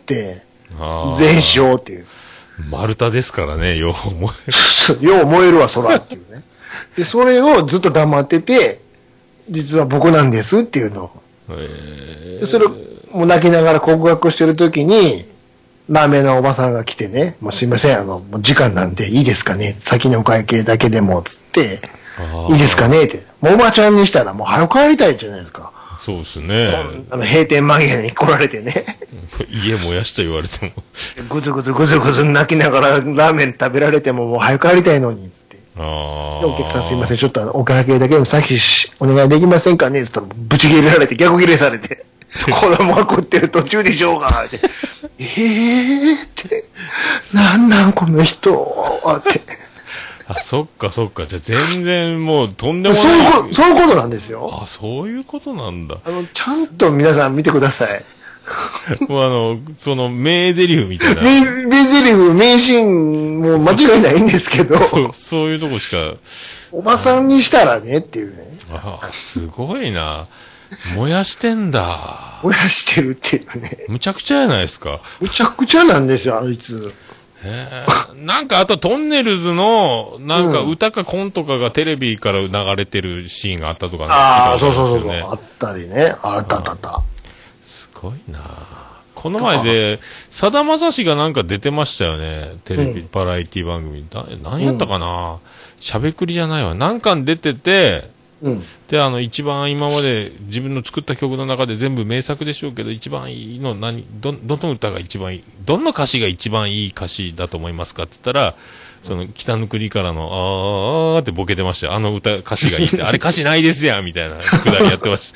全焼っていう。 丸太ですからね、よう燃える。よう燃えるわ、そらっていうね。で、それをずっと黙ってて、実は僕なんですっていうのを。でそれをもう泣きながら告白してるときに、ラーメンのおばさんが来てね、もうすいません、あの、もう時間なんでいいですかね、先にお会計だけでも、つって、いいですかねって。もうおばちゃんにしたらもう早く帰りたいじゃないですか。 そうですね。 あの、閉店間際に来られてね。 家燃やした言われても。 ぐずぐずぐずぐず泣きながらラーメン食べられてももう早く帰りたいのに、つって。 あで、お客さんすいません、ちょっとお会計だけでも先お願いできませんかねつったら、ぶち切れられて、逆切れされて。子供が食ってる途中でしょうがって。えーって。なんなんこの人って。 あ、そっかそっか。じゃあ全然もうとんでもない。 そういうこと、そういうことなんですよ。 あ、そういうことなんだ。 あの、ちゃんと皆さん見てください。 もうあの、その、名台詞みたいな。 名、名台詞、名シーン、もう間違いないんですけど。 そう、そういうとこしか。 おばさんにしたらねっていうね。 あ、すごいな。燃やしてんだ。 燃やしてるっていうね。 むちゃくちゃやないですか。 むちゃくちゃなんですよ、あいつ。 へえ。なんかあとトンネルズの、なんか歌かコントかがテレビから流れてるシーンがあったとかね。 ああ、そうそうそう。あったりね。あったあったあった。 すごいな。この前で、さだまさしがなんか出てましたよね。テレビ、バラエティ番組。だ何やったかな、しゃべくりじゃないわ。なんか出てて、うん、で、あの、一番今まで自分の作った曲の中で全部名作でしょうけど、一番いいの何、ど、どの歌が一番いい、どの歌詞が一番いい歌詞だと思いますかって言ったら、その、北の国からの、あーってボケてましたよ。あの歌、歌詞がいいって。あれ歌詞ないですやんみたいなくだりやってました。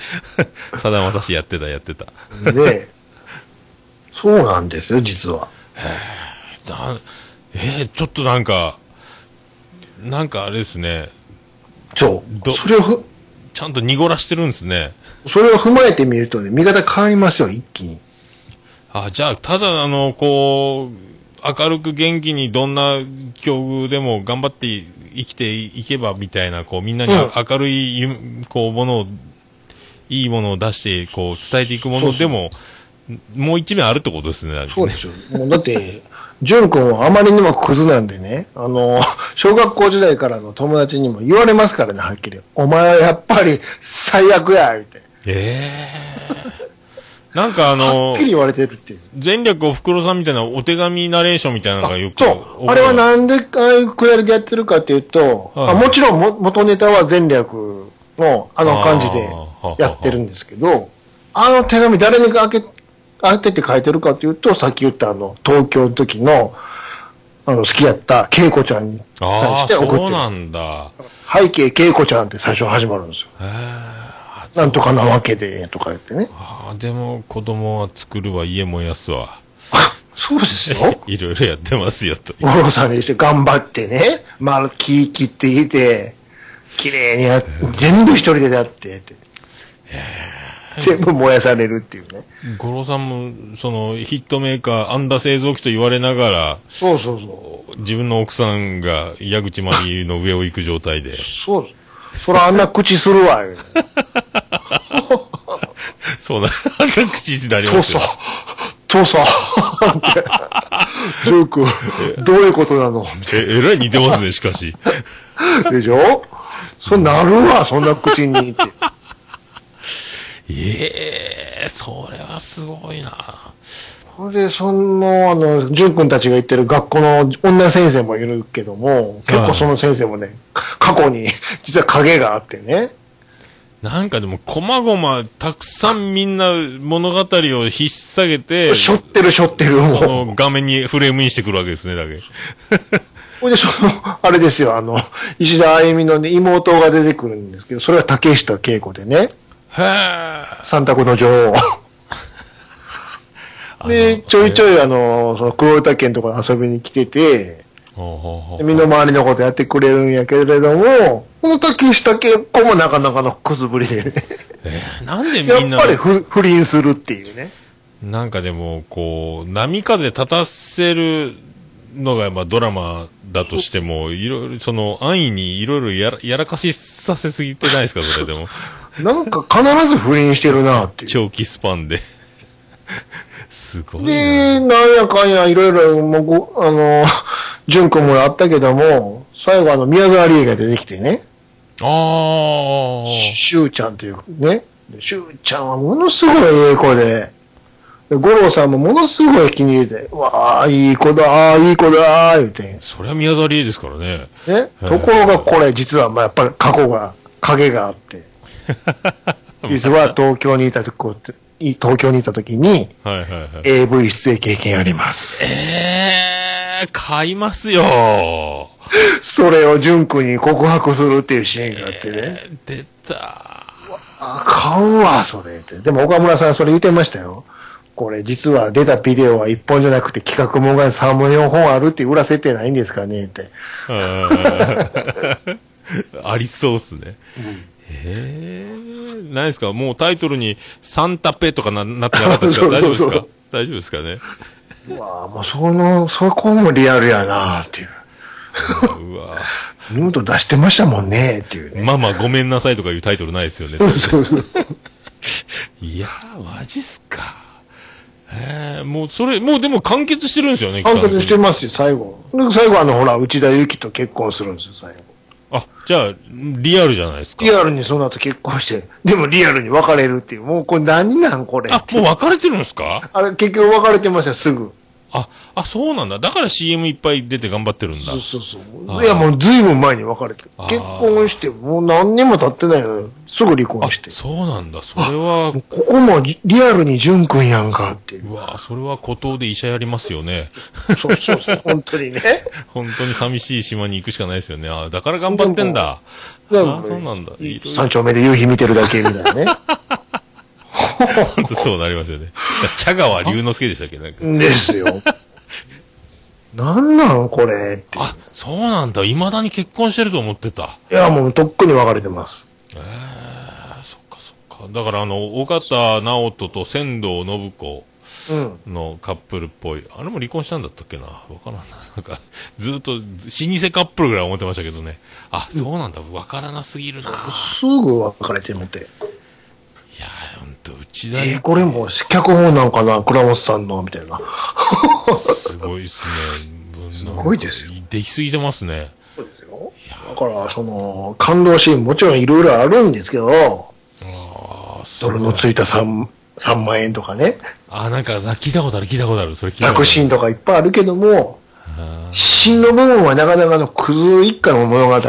さだまさしやってた、やってた。 で、そうなんですよ、実は。 へー、えー、ちょっとなんか、なんかあれですね。 そう。それをふ、 ちゃんと濁らしてるんですね。 それを踏まえてみるとね、見方変わりますよ、一気に。 あ、じゃあ、ただ、あの、こう、明るく元気にどんな境遇でも頑張って生きていけばみたいな、こう、みんなに明るい、うん、こう、ものを、いいものを出して、こう、伝えていくものでも、そうそうもう一面あるってことですね。 そうですよ。もうだって、淳君はあまりにもクズなんでね、あの、小学校時代からの友達にも言われますからね、はっきり。お前はやっぱり最悪や、って。 ええー。なんかあの、 はっきり言われてるっていう。 前略おふくろさんみたいなお手紙ナレーションみたいなのがよく。 そう。あれはなんで、ああいうくだりでやってるかっていうと、はい、あもちろんも元ネタは前略のあの感じでやってるんですけど、あの手紙誰に開け、当てて書いてるかというと、さっき言ったあの、東京の時の、あの、好きやった恵子ちゃんに対して送ってる。 そうなんだ。 背景恵子ちゃんって最初始まるんですよ。なんとかなわけで、とか言ってね。 ああ、でも子供は作るわ、家燃やすわ。 そうですよ。 いろいろやってますよ、と。 お父さんにして頑張ってね、まあ、木切ってきて、綺麗にやっ、全部一人でやって、って。全部燃やされるっていうね。 五郎さんも、その、ヒットメーカー、アンダ製造機と言われながら、 そうそうそう。 自分の奥さんが矢口まりの上を行く状態で。 そうです。そらあんな口するわ、よ。 そうだ、あんな口になりますよ。 父さん、父さん。って。ジョーク、どういうことなのえ、えらい似てますね、しかし。 でしょそうなるわ、そんな口にって。 ええー、それはすごいな。 それで、その、あの、淳君たちが行ってる学校の女先生もいるけども、結構その先生もね、過去に実は影があってね。 なんかでも、こまごま、たくさんみんな物語を引っ提げて、 しょってるしょってる、もう。 その画面にフレームインしてくるわけですね、だけ。 ほいで、その、あれですよ、あの、石田あゆみのね、妹が出てくるんですけど、それは竹下恵子でね。 へー。 三択の女王。で、ちょいちょいあの、その黒田家のところに遊びに来てて、 身の回りのことやってくれるんやけれども、この竹下結婚もなかなかのくすぶりでね。 えー、なんでみんな。 やっぱり不不倫するっていうね。 なんかでも、こう、波風立たせるのが、まあドラマだとしても、いろいろ、その、安易にいろいろやらやらかしさせすぎてないですか、それでも。 なんか必ず不倫してるなっていう。 長期スパンで。すごいな。 で、なんやかんやいろいろ、もうご、あの、淳君もあったけども、最後あの、宮沢りえが出てきてね。 ああ。 しゅうちゃんというね。しゅうちゃんはものすごいええ子で、五郎さんもものすごい気に入って、うわあ、いい子だー、いい子だー、言うて。 それは宮沢りえですからね。 ね。ところがこれ、実は、まあ、やっぱり過去が、影があって。実は東京にいた時、東京にいた時に、 はいはいはい、 エーブイ 出演経験あります。 ええー、買いますよ。 それを淳君に告白するっていうシーンがあってね。えー、出た。 あ、買うわ、それって。でも岡村さんそれ言ってましたよ。これ実は出たビデオは一本じゃなくて企画もんがさんぼんよんほんあるって裏設定ないんですかねって。 ありそうっすね。うん、えー、何ですかもうタイトルにサンタペとか な, なってなかったですか大丈夫ですか大丈夫ですかねうわぁ、もうその、そこもリアルやなーっていう。うわぁ。ヌード出してましたもんねっていうね。 ママごめんなさいとかいうタイトルないですよね。いやー、マジっすか。えー、もうそれ、もうでも完結してるんですよね。 完結してますよ、最後。最後あの、ほら、内田有紀と結婚するんですよ、最後。 あ、じゃあ、リアルじゃないですか。 リアルにその後結婚して、でもリアルに別れるっていう。もうこれ何なんこれ。 あ、もう別れてるんですかあれ、結局別れてましたよ、すぐ。 あ、あ、そうなんだ。だから シーエム いっぱい出て頑張ってるんだ。 そうそうそう。いや、もうずいぶん前に別れてる。結婚して、もう何年も経ってないのよ。すぐ離婚して。 そうなんだ。それは。 ここもリアルに淳君やんかっていう。 うわそれは孤島で医者やりますよね。 そうそうそう、本当にね。 本当に寂しい島に行くしかないですよね。あだから頑張ってんだ。あそうなんだ。 三丁目で夕日見てるだけみたいなね。 本当そうなりますよね。茶川龍之介でしたっけなんか。 ですよ。なんなんこれって。 あ、そうなんだ。未だに結婚してると思ってた。 いや、もうとっくに別れてます。 ええー、そっかそっか。だからあの、岡田直人と仙道信子のカップルっぽい。うん、あれも離婚したんだったっけなわからんな。なんか、ずっと老舗カップルぐらい思ってましたけどね。あ、そうなんだ。わからなすぎるな。 すぐ別れてもて。 いやー、ほんと、うちだえー、これも脚本なんかな倉本さんのみたいな。 すごいっすね。 すごいですよ。 できすぎてますね。 そうですよ。だから、その、感動シーンもちろんいろいろあるんですけど、あドルのついた 3, 3万円とかね。 あ、なんか聞いたことある、聞いたことある。それ聞いたことある。シーンとかいっぱいあるけども、芯の部分はなかなかのクズ一家の物語っていう。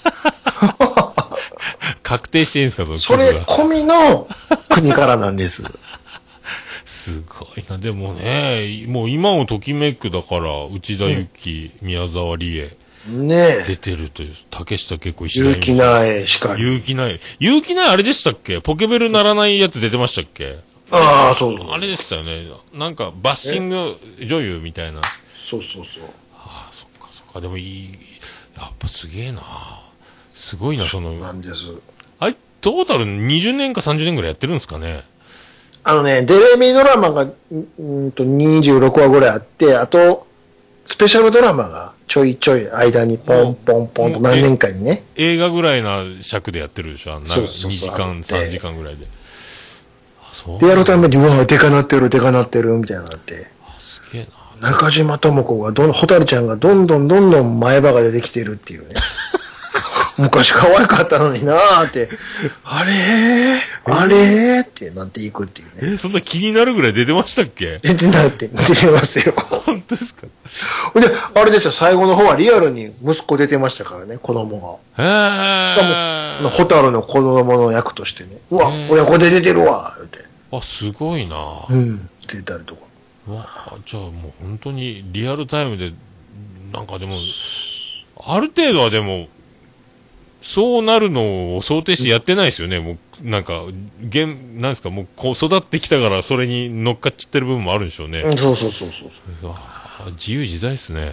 確定していいんですか、そのそれ込みの国からなんです。 すごいな。でもね、もう今をときめくだから、内田有紀、うん、宮沢りえ。 ね出てるという、竹下結構石田有紀苗しかり。 有紀苗。有紀苗あれでしたっけポケベルならないやつ出てましたっけああ、そうそう。 あれでしたよね。なんか、バッシング女優みたいな。 そうそうそう。 ああ、そっかそっか。でもいい、やっぱすげえな。すごいな、その。 なんです。 あれ、トータルにじゅうねんかさんじゅうねんぐらいやってるんですかねあのね、テレビドラマがんとにじゅうろくわぐらいあって、あと、スペシャルドラマがちょいちょい間にポンポンポンと何年かにね。 映画ぐらいな尺でやってるでしょあんなにじかん、さんじかんぐらいで。 でやるために、うわ、でかなってる、でかなってる、みたいなのがあって。 あ、すげえな。中島智子がどん、ホタルちゃんがどんどんどんどん前歯が出てきてるっていうね。昔可愛かったのになーって、あれー、あれーってなっていくっていうね。 えー、そんな気になるぐらい出てましたっけ出てないって、出てますよ。 本当ですかで、あれですよ、最後の方はリアルに息子出てましたからね、子供が。へー。しかも、ホタルの子供の役としてね。うわ、親子で出てるわ、って。 あ、すごいなうん、出たりとか。 わじゃあもう本当にリアルタイムで、なんかでも、ある程度はでも、そうなるのを想定してやってないですよね。もう、なんか、現、なんですか、もう、こう育ってきたから、それに乗っかっちゃってる部分もあるんでしょうね。 うん、そうそうそうそう。 自由自在ですね。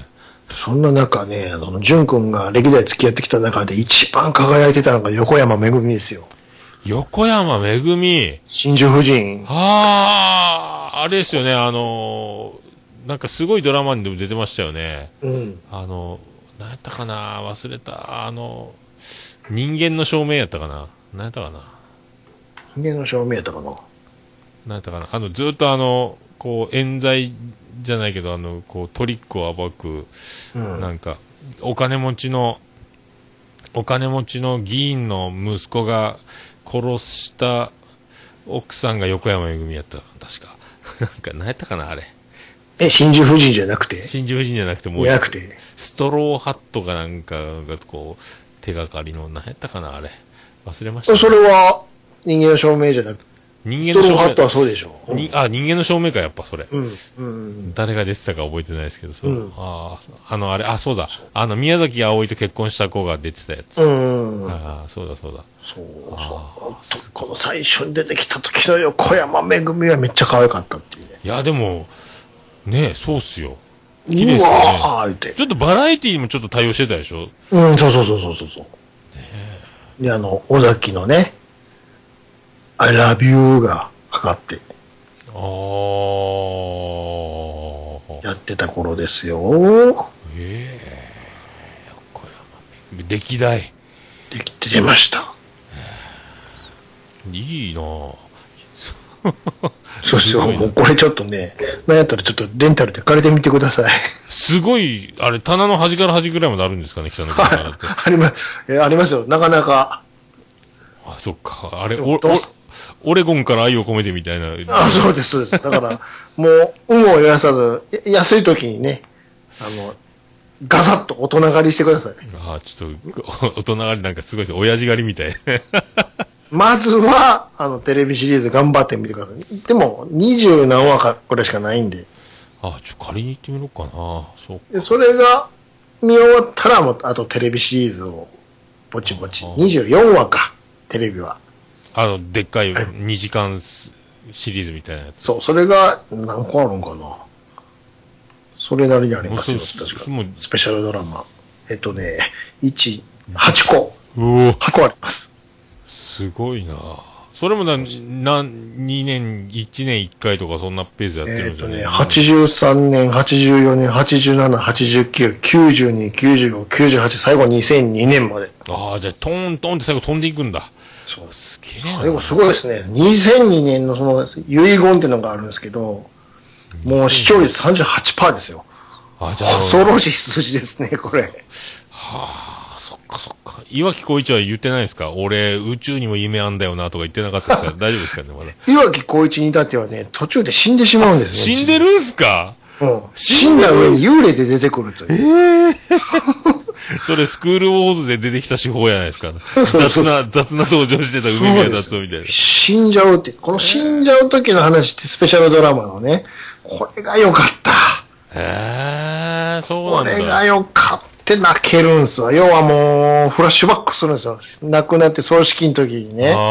そんな中ね、あの、淳くんが歴代付き合ってきた中で一番輝いてたのが横山めぐみですよ。 横山めぐみ。 真珠夫人。 ああ、あれですよね、あのー、なんかすごいドラマにでも出てましたよね。 うん。 あの、なんやったかな、忘れた。あの、人間の証明やったかな。なんやったかな。 人間の証明やったかな。 なんやったかな。あの、ずっとあの、こう、冤罪じゃないけど、あの、こう、トリックを暴く、うん、なんか、お金持ちの、お金持ちの議員の息子が殺した奥さんが横山めぐみやった。確か。なんか、なんやったかな、あれ。 え、真珠夫人じゃなくて真珠夫人じゃなくて、もう、 じゃなくて。 ストローハットかなんかが、こう、手がかりの、なんやったかな、あれ。忘れました、ね。 それは、人間の証明じゃなくて。 人間の証明。ストローハットはそうでしょ。 うん、あ、人間の証明か、やっぱそれ。 うん。うん。 誰が出てたか覚えてないですけど、そう。うん、ああ、あの、あれ、あ、そうだ。あの、宮崎あおいと結婚した子が出てたやつ。うん。ああ、そうだそうだ。 そうそう。この最初に出てきた時の横山めぐみはめっちゃ可愛かったっていうね。 いや、でも、ねえ、そうっすよ。綺麗っすよね。うわーって。ちょっとバラエティーにもちょっと対応してたでしょ。 うん、そうそうそうそうそう。ね、で、あの、尾崎のね、I love you がかかって。ああ。やってた頃ですよ。ええー。横山めぐみ。歴代。 できて出ました。 いいなぁ。 そうですよ。もうこれちょっとね、なんやったらちょっとレンタルで借りてみてください。 すごい、あれ、棚の端から端ぐらいまであるんですかね、北野君からって。 あります、え、ありますよ。なかなか。 あ、そっか。あれ、お、お、オレゴンから愛を込めてみたいな。 あ、そうです、そうです。だから、もう、有無を言わさず、安い時にね、あの、ガサッと大人狩りしてください。 ああ、ちょっと、大人狩りなんかすごいです。親父狩りみたい。 まずは、あの、テレビシリーズ頑張ってみてください。でも、二十何話か、これしかないんで。 あ、ちょ、借りに行ってみようかな。そうか。 で、それが、見終わったら、もう、あとテレビシリーズを、ぼちぼち。にじゅうよんわか、テレビは。 あの、でっかいにじかんシリーズみたいなやつ。 そう、それが、何個あるんかな。それなりにありますよ、確か。スペシャルドラマ。えっとね、いち、はちこ。はちこあります。 すごいなそれもな、な、にねん、いちねんいっかいとかそんなペースやってるんですよね。えっとね、 はちじゅうさんねん、はちじゅうよねん、はちじゅうなな、はちじゅうきゅう、きゅうじゅうに、きゅうじゅうご、きゅうじゅうはち、最後にせんにねんまで。 ああ、じゃあトーントーンって最後飛んでいくんだ。 そう。 すげえな。 最後すごいですね。にせんにねんのその遺言っていうのがあるんですけど、もう視聴率 さんじゅうはちパーセント ですよ。あ、じゃあ。恐ろしい数字ですね、これ。 はあ、そっかそっか。岩城浩一は言ってないですか？俺、宇宙にも夢あんだよなとか言ってなかったですか？大丈夫ですかね、まだ。 岩城浩一に至ってはね、途中で死んでしまうんですね。死んでるんすか？ うん。死んだ上に幽霊で出てくるという。 ええー。それスクールウォーズで出てきた手法やないですか。雑な、雑な登場してた海宮達夫みたいな。 死んじゃうって、この死んじゃう時の話ってスペシャルドラマのね、これが良かった。 へえー、そうなんだ。 これが良かって泣けるんすわ。要はもう、フラッシュバックするんですよ。亡くなって葬式の時にね。ああ。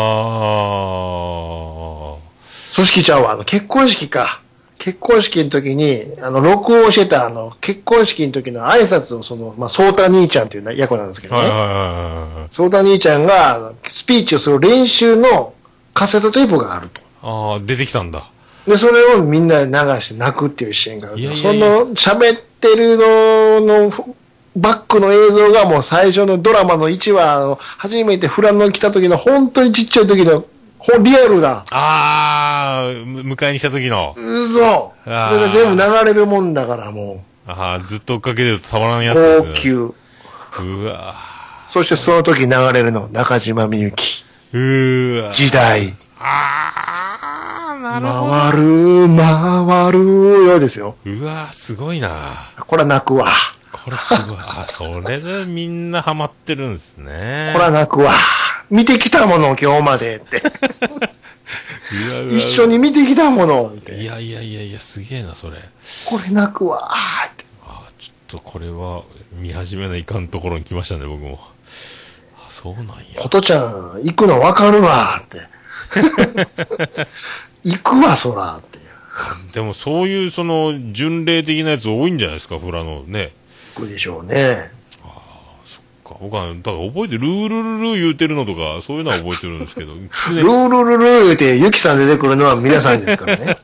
葬式ちゃうわ。あの、結婚式か。結婚式の時に、あの、録音してた、あの、結婚式の時の挨拶を、その、まあ、ソータ兄ちゃんっていう役なんですけどね。ソータ兄ちゃんが、スピーチをする練習のカセットテープがあると。 ああ、出てきたんだ。 で、それをみんなで流して泣くっていうシーンがある。いやいやいや、その、喋ってるのの、バックの映像がもう最初のドラマのいちわ、あの、初めてフランノ来た時の、本当にちっちゃい時の、ほリアルだ。 ああ、迎えに来た時の。 うそ。それが全部流れるもんだからもう。ああ、ずっと追っかけてるとたまらんやつですね。 高級。 うわそしてその時流れるの、中島みゆき。 うわ時代。 ああ、なるほど。 回る、回るようですよ。 うわすごいな。 これは泣くわ。 これすごい。あ、それでみんなハマってるんですね。 これは泣くわ。見てきたもの、今日までって。うわうわ一緒に見てきたものって。 いやいやいやいや、すげえな、それ。 これ泣くわーって。 あ、ちょっとこれは見始めないかんところに来ましたね、僕も。あ、そうなんや。 ことちゃん、行くの分かるわーって。行くわ、そらーって。 でもそういうその、巡礼的なやつ多いんじゃないですか、フラのね。 くでしょうね。 ああ、そっか。僕は、だから覚えて、ルールルル言うてるのとか、そういうのは覚えてるんですけど。ルールルル言うて、ゆきさん出てくるのは皆さんですからね。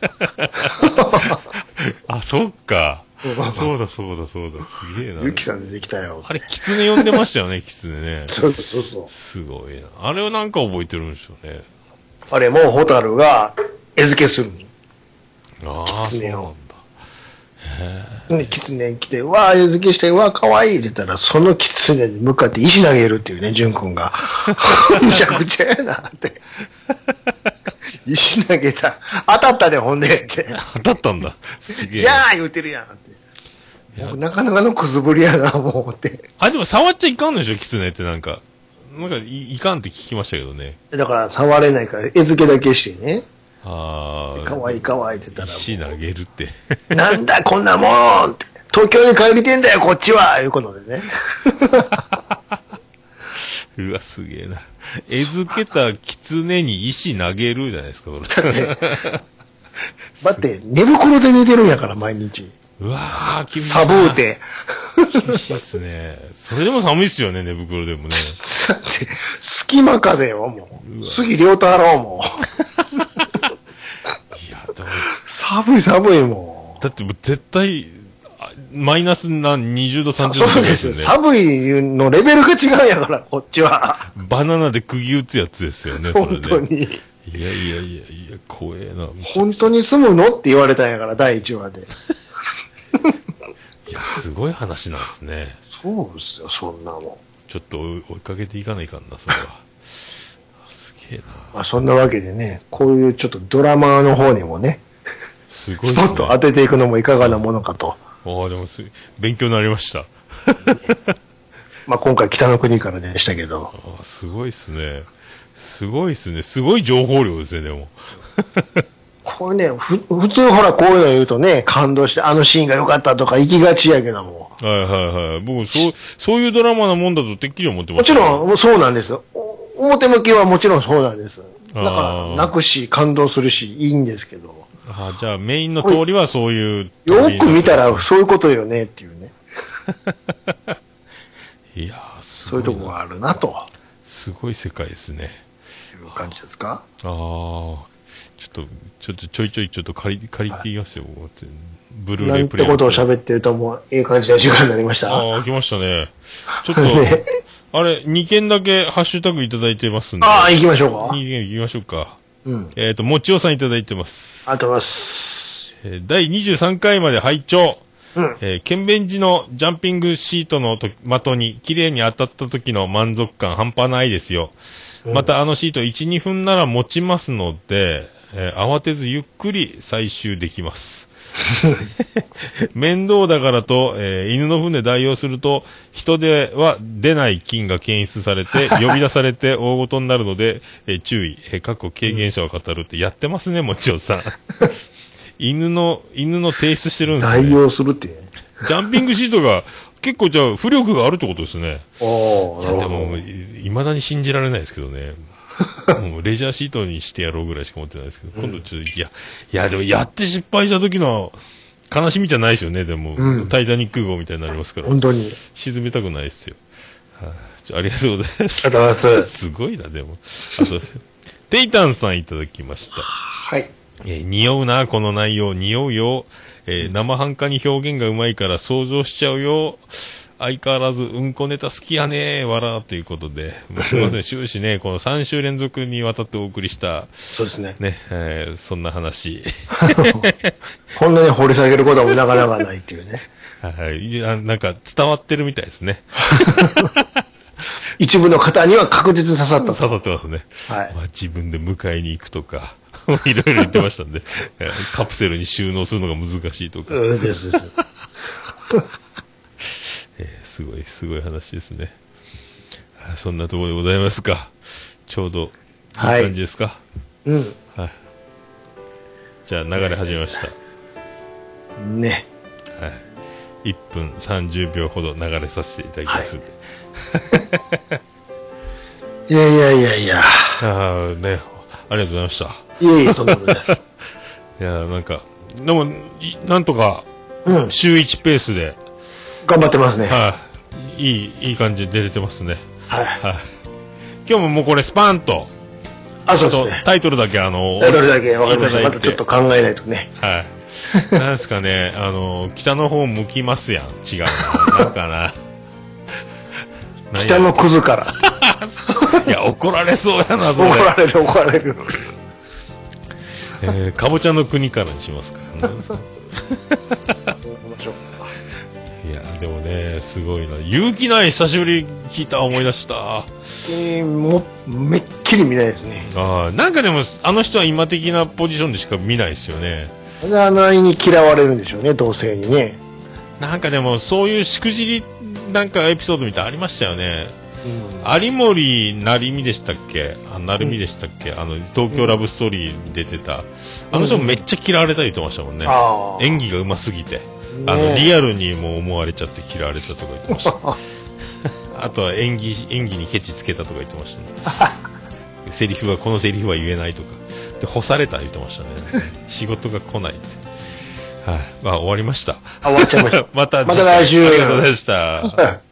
あ、そっか。そうだそうだそうだ。すげえな。 ゆきさん出てきたよ。 あれ、キツネ呼んでましたよね、キツネね。 そうそうそう。 すごいな。あれをなんか覚えてるんですよね。 あれもホタルが餌付けするの。ああ、そうなんだ。 へえ。キツネ来て、わあ、餌付けして、わあ、かわいいって言ったら、そのキツネに向かって石投げるっていうね、ジュン君が。むちゃくちゃやなって。石投げた。当たったで、ほんでって。 当たったんだ。すげえ。 いやー言うてるやんって。僕なかなかのくずぶりやな、思って。 あ、でも触っちゃいかんでしょ、キツネってなんか。なんかい、いかんって聞きましたけどね。 だから触れないから、餌付けだけしてね。 ああ。 かわいいかわいいって言ったら。 石投げるって。 なんだこんなもんって。東京に帰りてんだよ、こっちはいうことでね。 うわ、すげえな。餌付けたキツネに石投げるじゃないですか、それ。 だって、寝袋で寝てるんやから、毎日。 うわー、厳しい。 サブーて。 厳しいっすね。それでも寒いっすよね、寝袋でもね。 だって、隙間風よ、もう。杉良太郎も。 いや、でも。 寒い寒いもん。だってもう絶対、マイナスなにじゅうど、さんじゅうどとかですよね。 寒いのレベルが違うんやから、こっちは。 バナナで釘打つやつですよね、 本当に。 いやいやいやいや、怖えな。 本当に住むのって言われたんやから、だいいちわで。 いや、すごい話なんですね。 そうですよ、そんなもん。ちょっと追いかけていかないかんな、それは。すげえな。 まあ、そんなわけでね、こういうちょっとドラマの方にもね、 すごいですね。 ちょっと当てていくのもいかがなものかと。 ああ、でもす、勉強になりました。 まあ今回北の国からでしたけど。 ああ、すごいっすね。すごいっすね。すごい情報量ですね、でも。 これね、ふ、普通ほらこういうの言うとね、感動してあのシーンが良かったとか行きがちやけども。 はいはいはい。僕、そう、そういうドラマなもんだとてっきり思ってます。もちろん、そうなんです。表向きはもちろんそうなんです。だから、泣くし、感動するし、いいんですけど。 ああ、じゃあメインの通りはそういう。 よく見たらそういうことよねっていうね。 いやー、すごい。 そういうとこがあるなと。 すごい世界ですね。 いう感じですか？ ああ、ちょっと、ちょっとちょいちょいちょっと借り、借りていきますよ、はい、ブルーレイプレイ。 なんてことを喋ってるともう、いい感じの時間になりました。 ああ、来ましたね。ちょっと、ね、あれ、にけんだけハッシュタグいただいてますんで。 ああ、行きましょうか。 にけん行きましょうか。 うん。 えっと、もちおさんいただいてます。 ありがとうございます。 えー、だいにじゅうさんかいまで拝聴。 うん。 えー、剣弁寺のジャンピングシートのと的に綺麗に当たった時の満足感半端ないですよ。うん、またあのシートいち、にふんなら持ちますので、えー、慌てずゆっくり採集できます。面倒だからと、えー、犬の糞代用すると人では出ない菌が検出されて呼び出されて大ごとになるので、えー、注意、えー、過去経験者を語るってやってますね、もちおさん。犬の犬の提出してるんですね。 代用するっていうね。 ジャンピングシートが結構じゃあ浮力があるってことですね。 おー、でもいまだに信じられないですけどね。もうレジャーシートにしてやろうぐらいしか思ってないですけど、うん、今度ちょっといやいやでもやって失敗した時の悲しみじゃないですよね。でも、うん、タイタニック号みたいになりますから。 本当に沈めたくないですよ。はあ、ちょありがとうございます。 ありがとうございます。 すごいなでも。あとテイタンさんいただきました。 はい。 えー、匂うなこの内容匂うよ。えー、生半可に表現がうまいから想像しちゃうよ。相変わらずうんこネタ好きやねーわらということで、もうすみません終始ねこのさん週連続にわたってお送りしたそうですねね、えー、そんな話こんなに掘り下げることもなかなかないっていうね。 はい、なんか伝わってるみたいですね。 一部の方には確実に刺さった。 刺さってますね。 はい。 まあ、自分で迎えに行くとかいろいろ言ってましたんで、カプセルに収納するのが難しいとか。 うんですです。 えー、すごいすごい話ですね。そんなところでございますか。ちょうどいい感じですか。はい、 うん。 はい。じゃあ流れ始めました。 ね。 はい。いっぷんさんじゅうびょうほど流れさせていただきますんで。 はい、いやいやいやいや。 ああね、ありがとうございました。 いえいえ、とんでもないです。いやなんかでもなんとか週いちペースで。 頑張ってますね。 はい、いい、いい感じで出れてますね。 はい。 はい。今日ももうこれスパンと、 あ、そうですね。 タイトルだけあの、 タイトルだけわかりました。またちょっと考えないとね。 はい。なんですかね、あの、北の方向きますやん。違うな。なんかな。 北のクズから。 いや、怒られそうやな、 それ。怒られる、怒られる。 えー、かぼちゃの国からにしますか。いや、でもね、すごいな。勇気ない、久しぶり聞いた、思い出した。 えー、もめっきり見ないですね。 ああ、なんかでも、あの人は今的なポジションでしか見ないですよね。 あの愛に嫌われるんでしょうね、同性にね。 なんかでも、そういうしくじり、なんかエピソードみたいなありましたよね。うん、有森成美でしたっけあ、成美でしたっけ、うん、あの、東京ラブストーリーに出てた。うん、あの人もめっちゃ嫌われたり言ってましたもんね。うん、演技が上手すぎて。あの、リアルにも思われちゃって嫌われたとか言ってました。あとは演技、演技にケチつけたとか言ってましたね。セリフは、このセリフは言えないとか。で、干された言ってましたね。仕事が来ないって。はい、あ。まあ、終わりました。 あ、終わっちゃいました。 また、 また来週。 ありがとうございました。